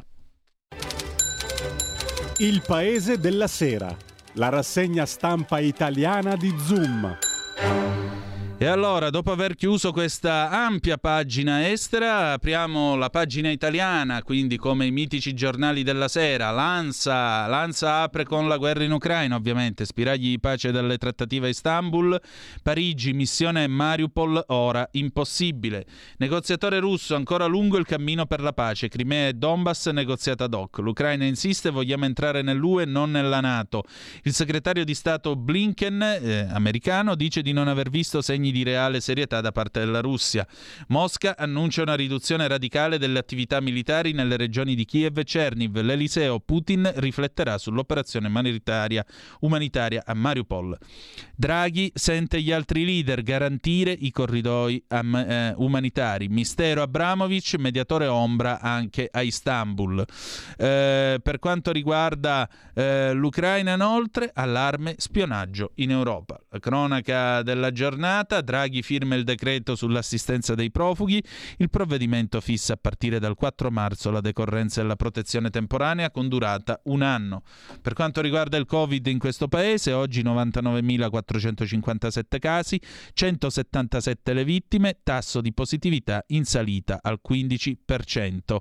Il Paese della Sera, la rassegna stampa italiana di Zoom. E allora, dopo aver chiuso questa ampia pagina estera, apriamo la pagina italiana, quindi come i mitici giornali della sera. L'ANSA apre con la guerra in Ucraina, ovviamente, spiragli di pace dalle trattative a Istanbul. Parigi, missione Mariupol, ora impossibile. Negoziatore russo, ancora lungo il cammino per la pace. Crimea e Donbass, negoziata ad hoc. L'Ucraina insiste, vogliamo entrare nell'UE, non nella NATO. Il segretario di Stato Blinken, americano, dice di non aver visto segni di reale serietà da parte della Russia. Mosca annuncia una riduzione radicale delle attività militari nelle regioni di Kiev e Cherniv. L'Eliseo, Putin rifletterà sull'operazione umanitaria a Mariupol. Draghi sente gli altri leader garantire i corridoi umanitari. Mistero Abramovic, mediatore ombra anche a Istanbul. Per quanto riguarda l'Ucraina, inoltre, allarme spionaggio in Europa. La cronaca della giornata: Draghi firma il decreto sull'assistenza dei profughi. Il provvedimento fissa a partire dal 4 marzo la decorrenza della protezione temporanea con durata 1 anno. Per quanto riguarda il Covid in questo paese, oggi 99.457 casi, 177 le vittime, tasso di positività in salita al 15%.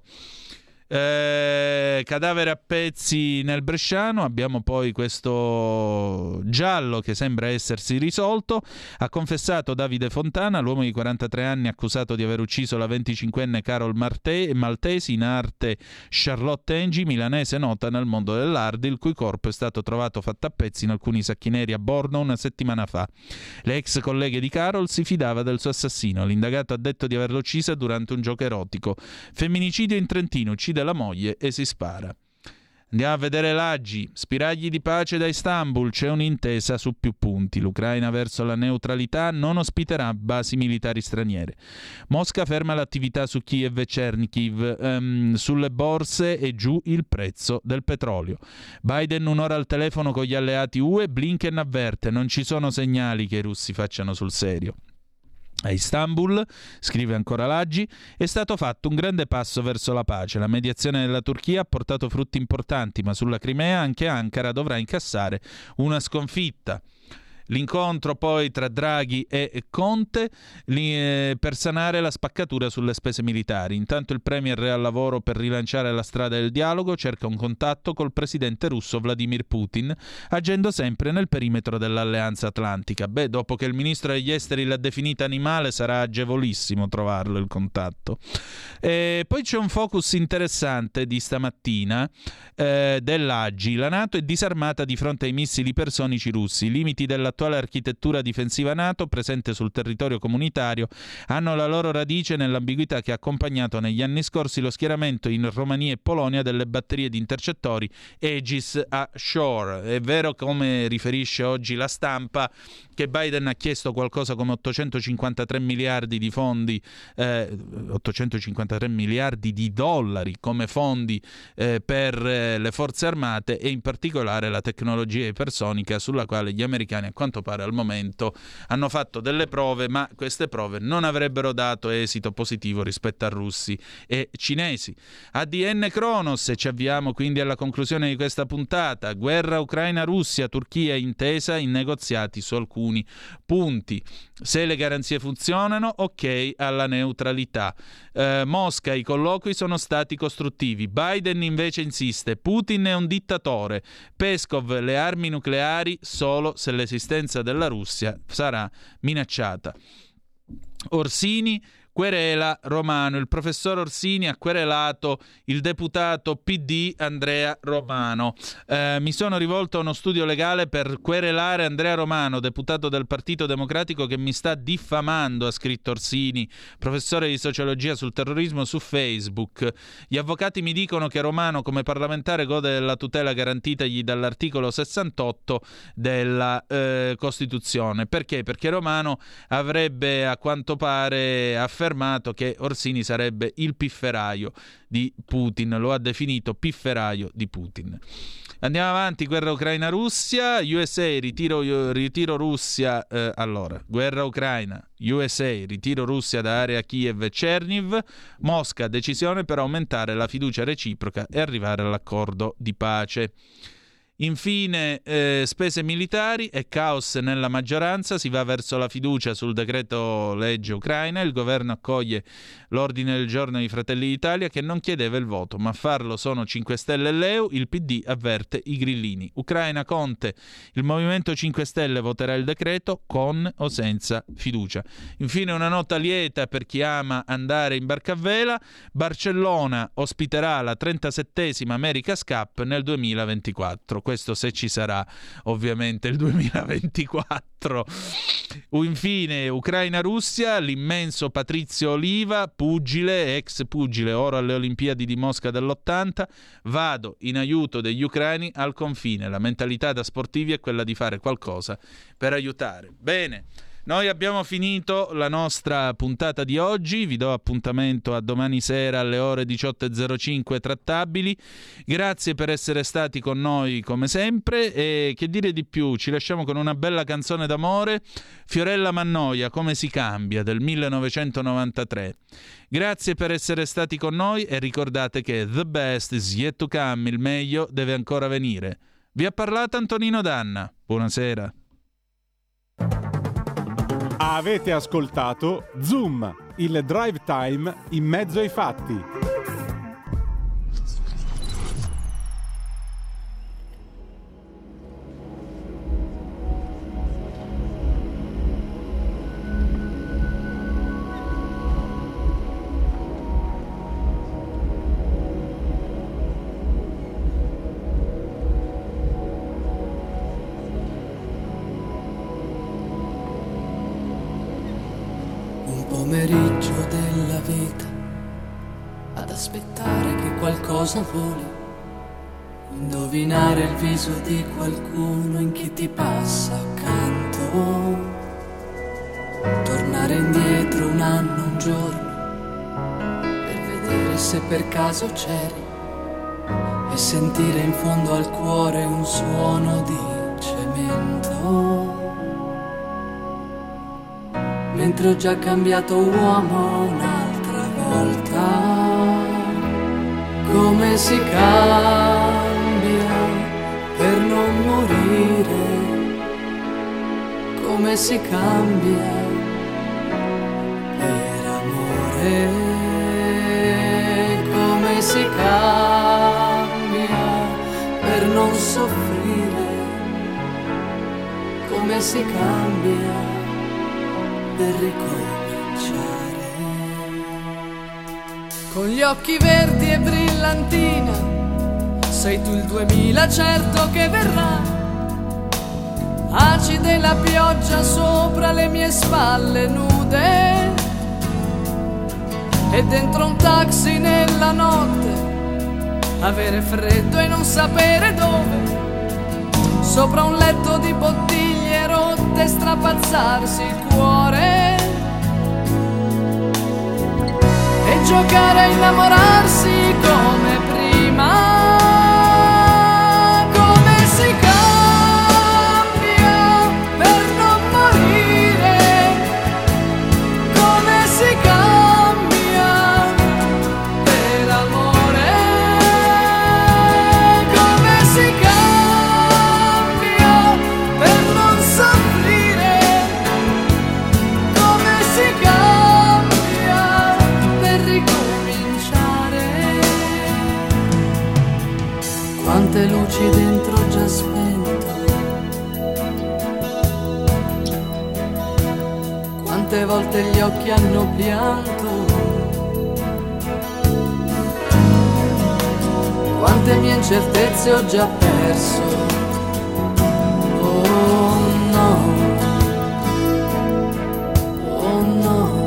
Cadavere a pezzi nel Bresciano. Abbiamo poi questo giallo che sembra essersi risolto. Ha confessato Davide Fontana, l'uomo di 43 anni accusato di aver ucciso la 25enne Carol Maltesi, in arte Charlotte Engi, milanese nota nel mondo dell'hard, il cui corpo è stato trovato fatto a pezzi in alcuni sacchi neri a Borno una settimana fa. Le ex colleghe di Carol si fidava del suo assassino. L'indagato ha detto di averla uccisa durante un gioco erotico. Femminicidio in Trentino, uccide la moglie e si spara. Andiamo a vedere l'Agi. Spiragli di pace da Istanbul, c'è un'intesa su più punti. L'Ucraina verso la neutralità non ospiterà basi militari straniere. Mosca ferma l'attività su Kiev e Cherniv. Sulle borse è giù il prezzo del petrolio. Biden un'ora al telefono con gli alleati UE. Blinken avverte, non ci sono segnali che i russi facciano sul serio. A Istanbul, scrive ancora l'Agi, è stato fatto un grande passo verso la pace. La mediazione della Turchia ha portato frutti importanti, ma sulla Crimea anche Ankara dovrà incassare una sconfitta. L'incontro poi tra Draghi e Conte per sanare la spaccatura sulle spese militari. Intanto il premier è al lavoro per rilanciare la strada del dialogo, cerca un contatto col presidente russo Vladimir Putin, agendo sempre nel perimetro dell'Alleanza Atlantica. Dopo che il ministro degli esteri l'ha definita animale, sarà agevolissimo trovarlo il contatto. Poi c'è un focus interessante di stamattina dell'Agi. La NATO è disarmata di fronte ai missili ipersonici russi. I limiti della dell'attuale architettura difensiva NATO presente sul territorio comunitario hanno la loro radice nell'ambiguità che ha accompagnato negli anni scorsi lo schieramento in Romania e Polonia delle batterie di intercettori Aegis a Shore. È vero, come riferisce oggi la Stampa, che Biden ha chiesto qualcosa come 853 miliardi di fondi, 853 miliardi di dollari come fondi per le forze armate, e in particolare la tecnologia ipersonica, sulla quale gli americani a quanto pare al momento hanno fatto delle prove, ma queste prove non avrebbero dato esito positivo rispetto a russi e cinesi. ADN Kronos, e ci avviamo quindi alla conclusione di questa puntata. Guerra Ucraina-Russia, Turchia intesa in negoziati su alcuni punti. Se le garanzie funzionano, ok alla neutralità. Mosca, i colloqui sono stati costruttivi. Biden invece insiste, Putin è un dittatore. Peskov, le armi nucleari solo se l'esistenza della Russia sarà minacciata. Orsini querela Romano. Il professor Orsini ha querelato il deputato PD Andrea Romano. Mi sono rivolto a uno studio legale per querelare Andrea Romano, deputato del Partito Democratico, che mi sta diffamando, ha scritto Orsini, professore di sociologia sul terrorismo, su Facebook. Gli avvocati mi dicono che Romano come parlamentare gode della tutela garantitagli dall'articolo 68 della Costituzione. Perché? Perché Romano avrebbe a quanto pare affermato che Orsini sarebbe il pifferaio di Putin, lo ha definito pifferaio di Putin. Andiamo avanti. Guerra Ucraina-Russia, USA, ritiro Russia, guerra Ucraina, USA, ritiro Russia da area Kiev e Cherniv, Mosca, decisione per aumentare la fiducia reciproca e arrivare all'accordo di pace. Infine, spese militari e caos nella maggioranza, si va verso la fiducia sul decreto legge Ucraina, il governo accoglie l'ordine del giorno di Fratelli d'Italia che non chiedeva il voto, ma a farlo sono 5 Stelle e l'EU, il PD avverte i grillini. Ucraina, Conte, il Movimento 5 Stelle voterà il decreto con o senza fiducia. Infine una nota lieta per chi ama andare in barca a vela, Barcellona ospiterà la 37esima America's Cup nel 2024. Questo se ci sarà, ovviamente, il 2024. Infine, Ucraina-Russia, l'immenso Patrizio Oliva, pugile, ex pugile, oro alle Olimpiadi di Mosca dell'80, vado in aiuto degli ucraini al confine. La mentalità da sportivi è quella di fare qualcosa per aiutare. Bene. Noi abbiamo finito la nostra puntata di oggi, vi do appuntamento a domani sera alle ore 18.05 trattabili. Grazie per essere stati con noi come sempre e che dire di più, ci lasciamo con una bella canzone d'amore, Fiorella Mannoia, Come si cambia, del 1993. Grazie per essere stati con noi e ricordate che the best is yet to come, il meglio deve ancora venire. Vi ha parlato Antonino Danna, buonasera. Avete ascoltato Zoom, il drive time in mezzo ai fatti. Pomeriggio della vita ad aspettare che qualcosa voli, indovinare il viso di qualcuno in chi ti passa accanto, tornare indietro un anno, un giorno per vedere se per caso c'eri e sentire in fondo al cuore un suono di cemento. Mentre ho già cambiato uomo un'altra volta, come si cambia per non morire, come si cambia per amore, come si cambia per non soffrire, come si cambia per ricominciare. Con gli occhi verdi e brillantina, sei tu il 2000 certo che verrà a baci della pioggia sopra le mie spalle nude e dentro un taxi nella notte avere freddo e non sapere dove, sopra un letto di bottiglie rotte strapazzarsi il cuore e giocare a innamorarsi come prima. Come si cambia per non morire, come si cambia per amore, come si cambia per non soffrire, come si cambia per ricominciare. Quante luci dentro già spento, quante volte gli occhi hanno pianto, quante mie incertezze ho già perso. Oh no, oh no.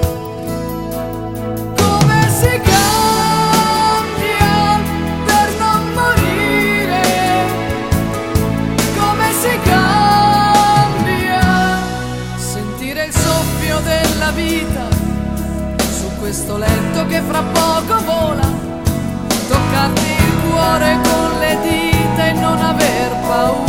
Come si cambia per non morire, come si cambia sentire il soffio della vita su questo letto che fra poco vola, toccarti il cuore con le dita e non aver paura.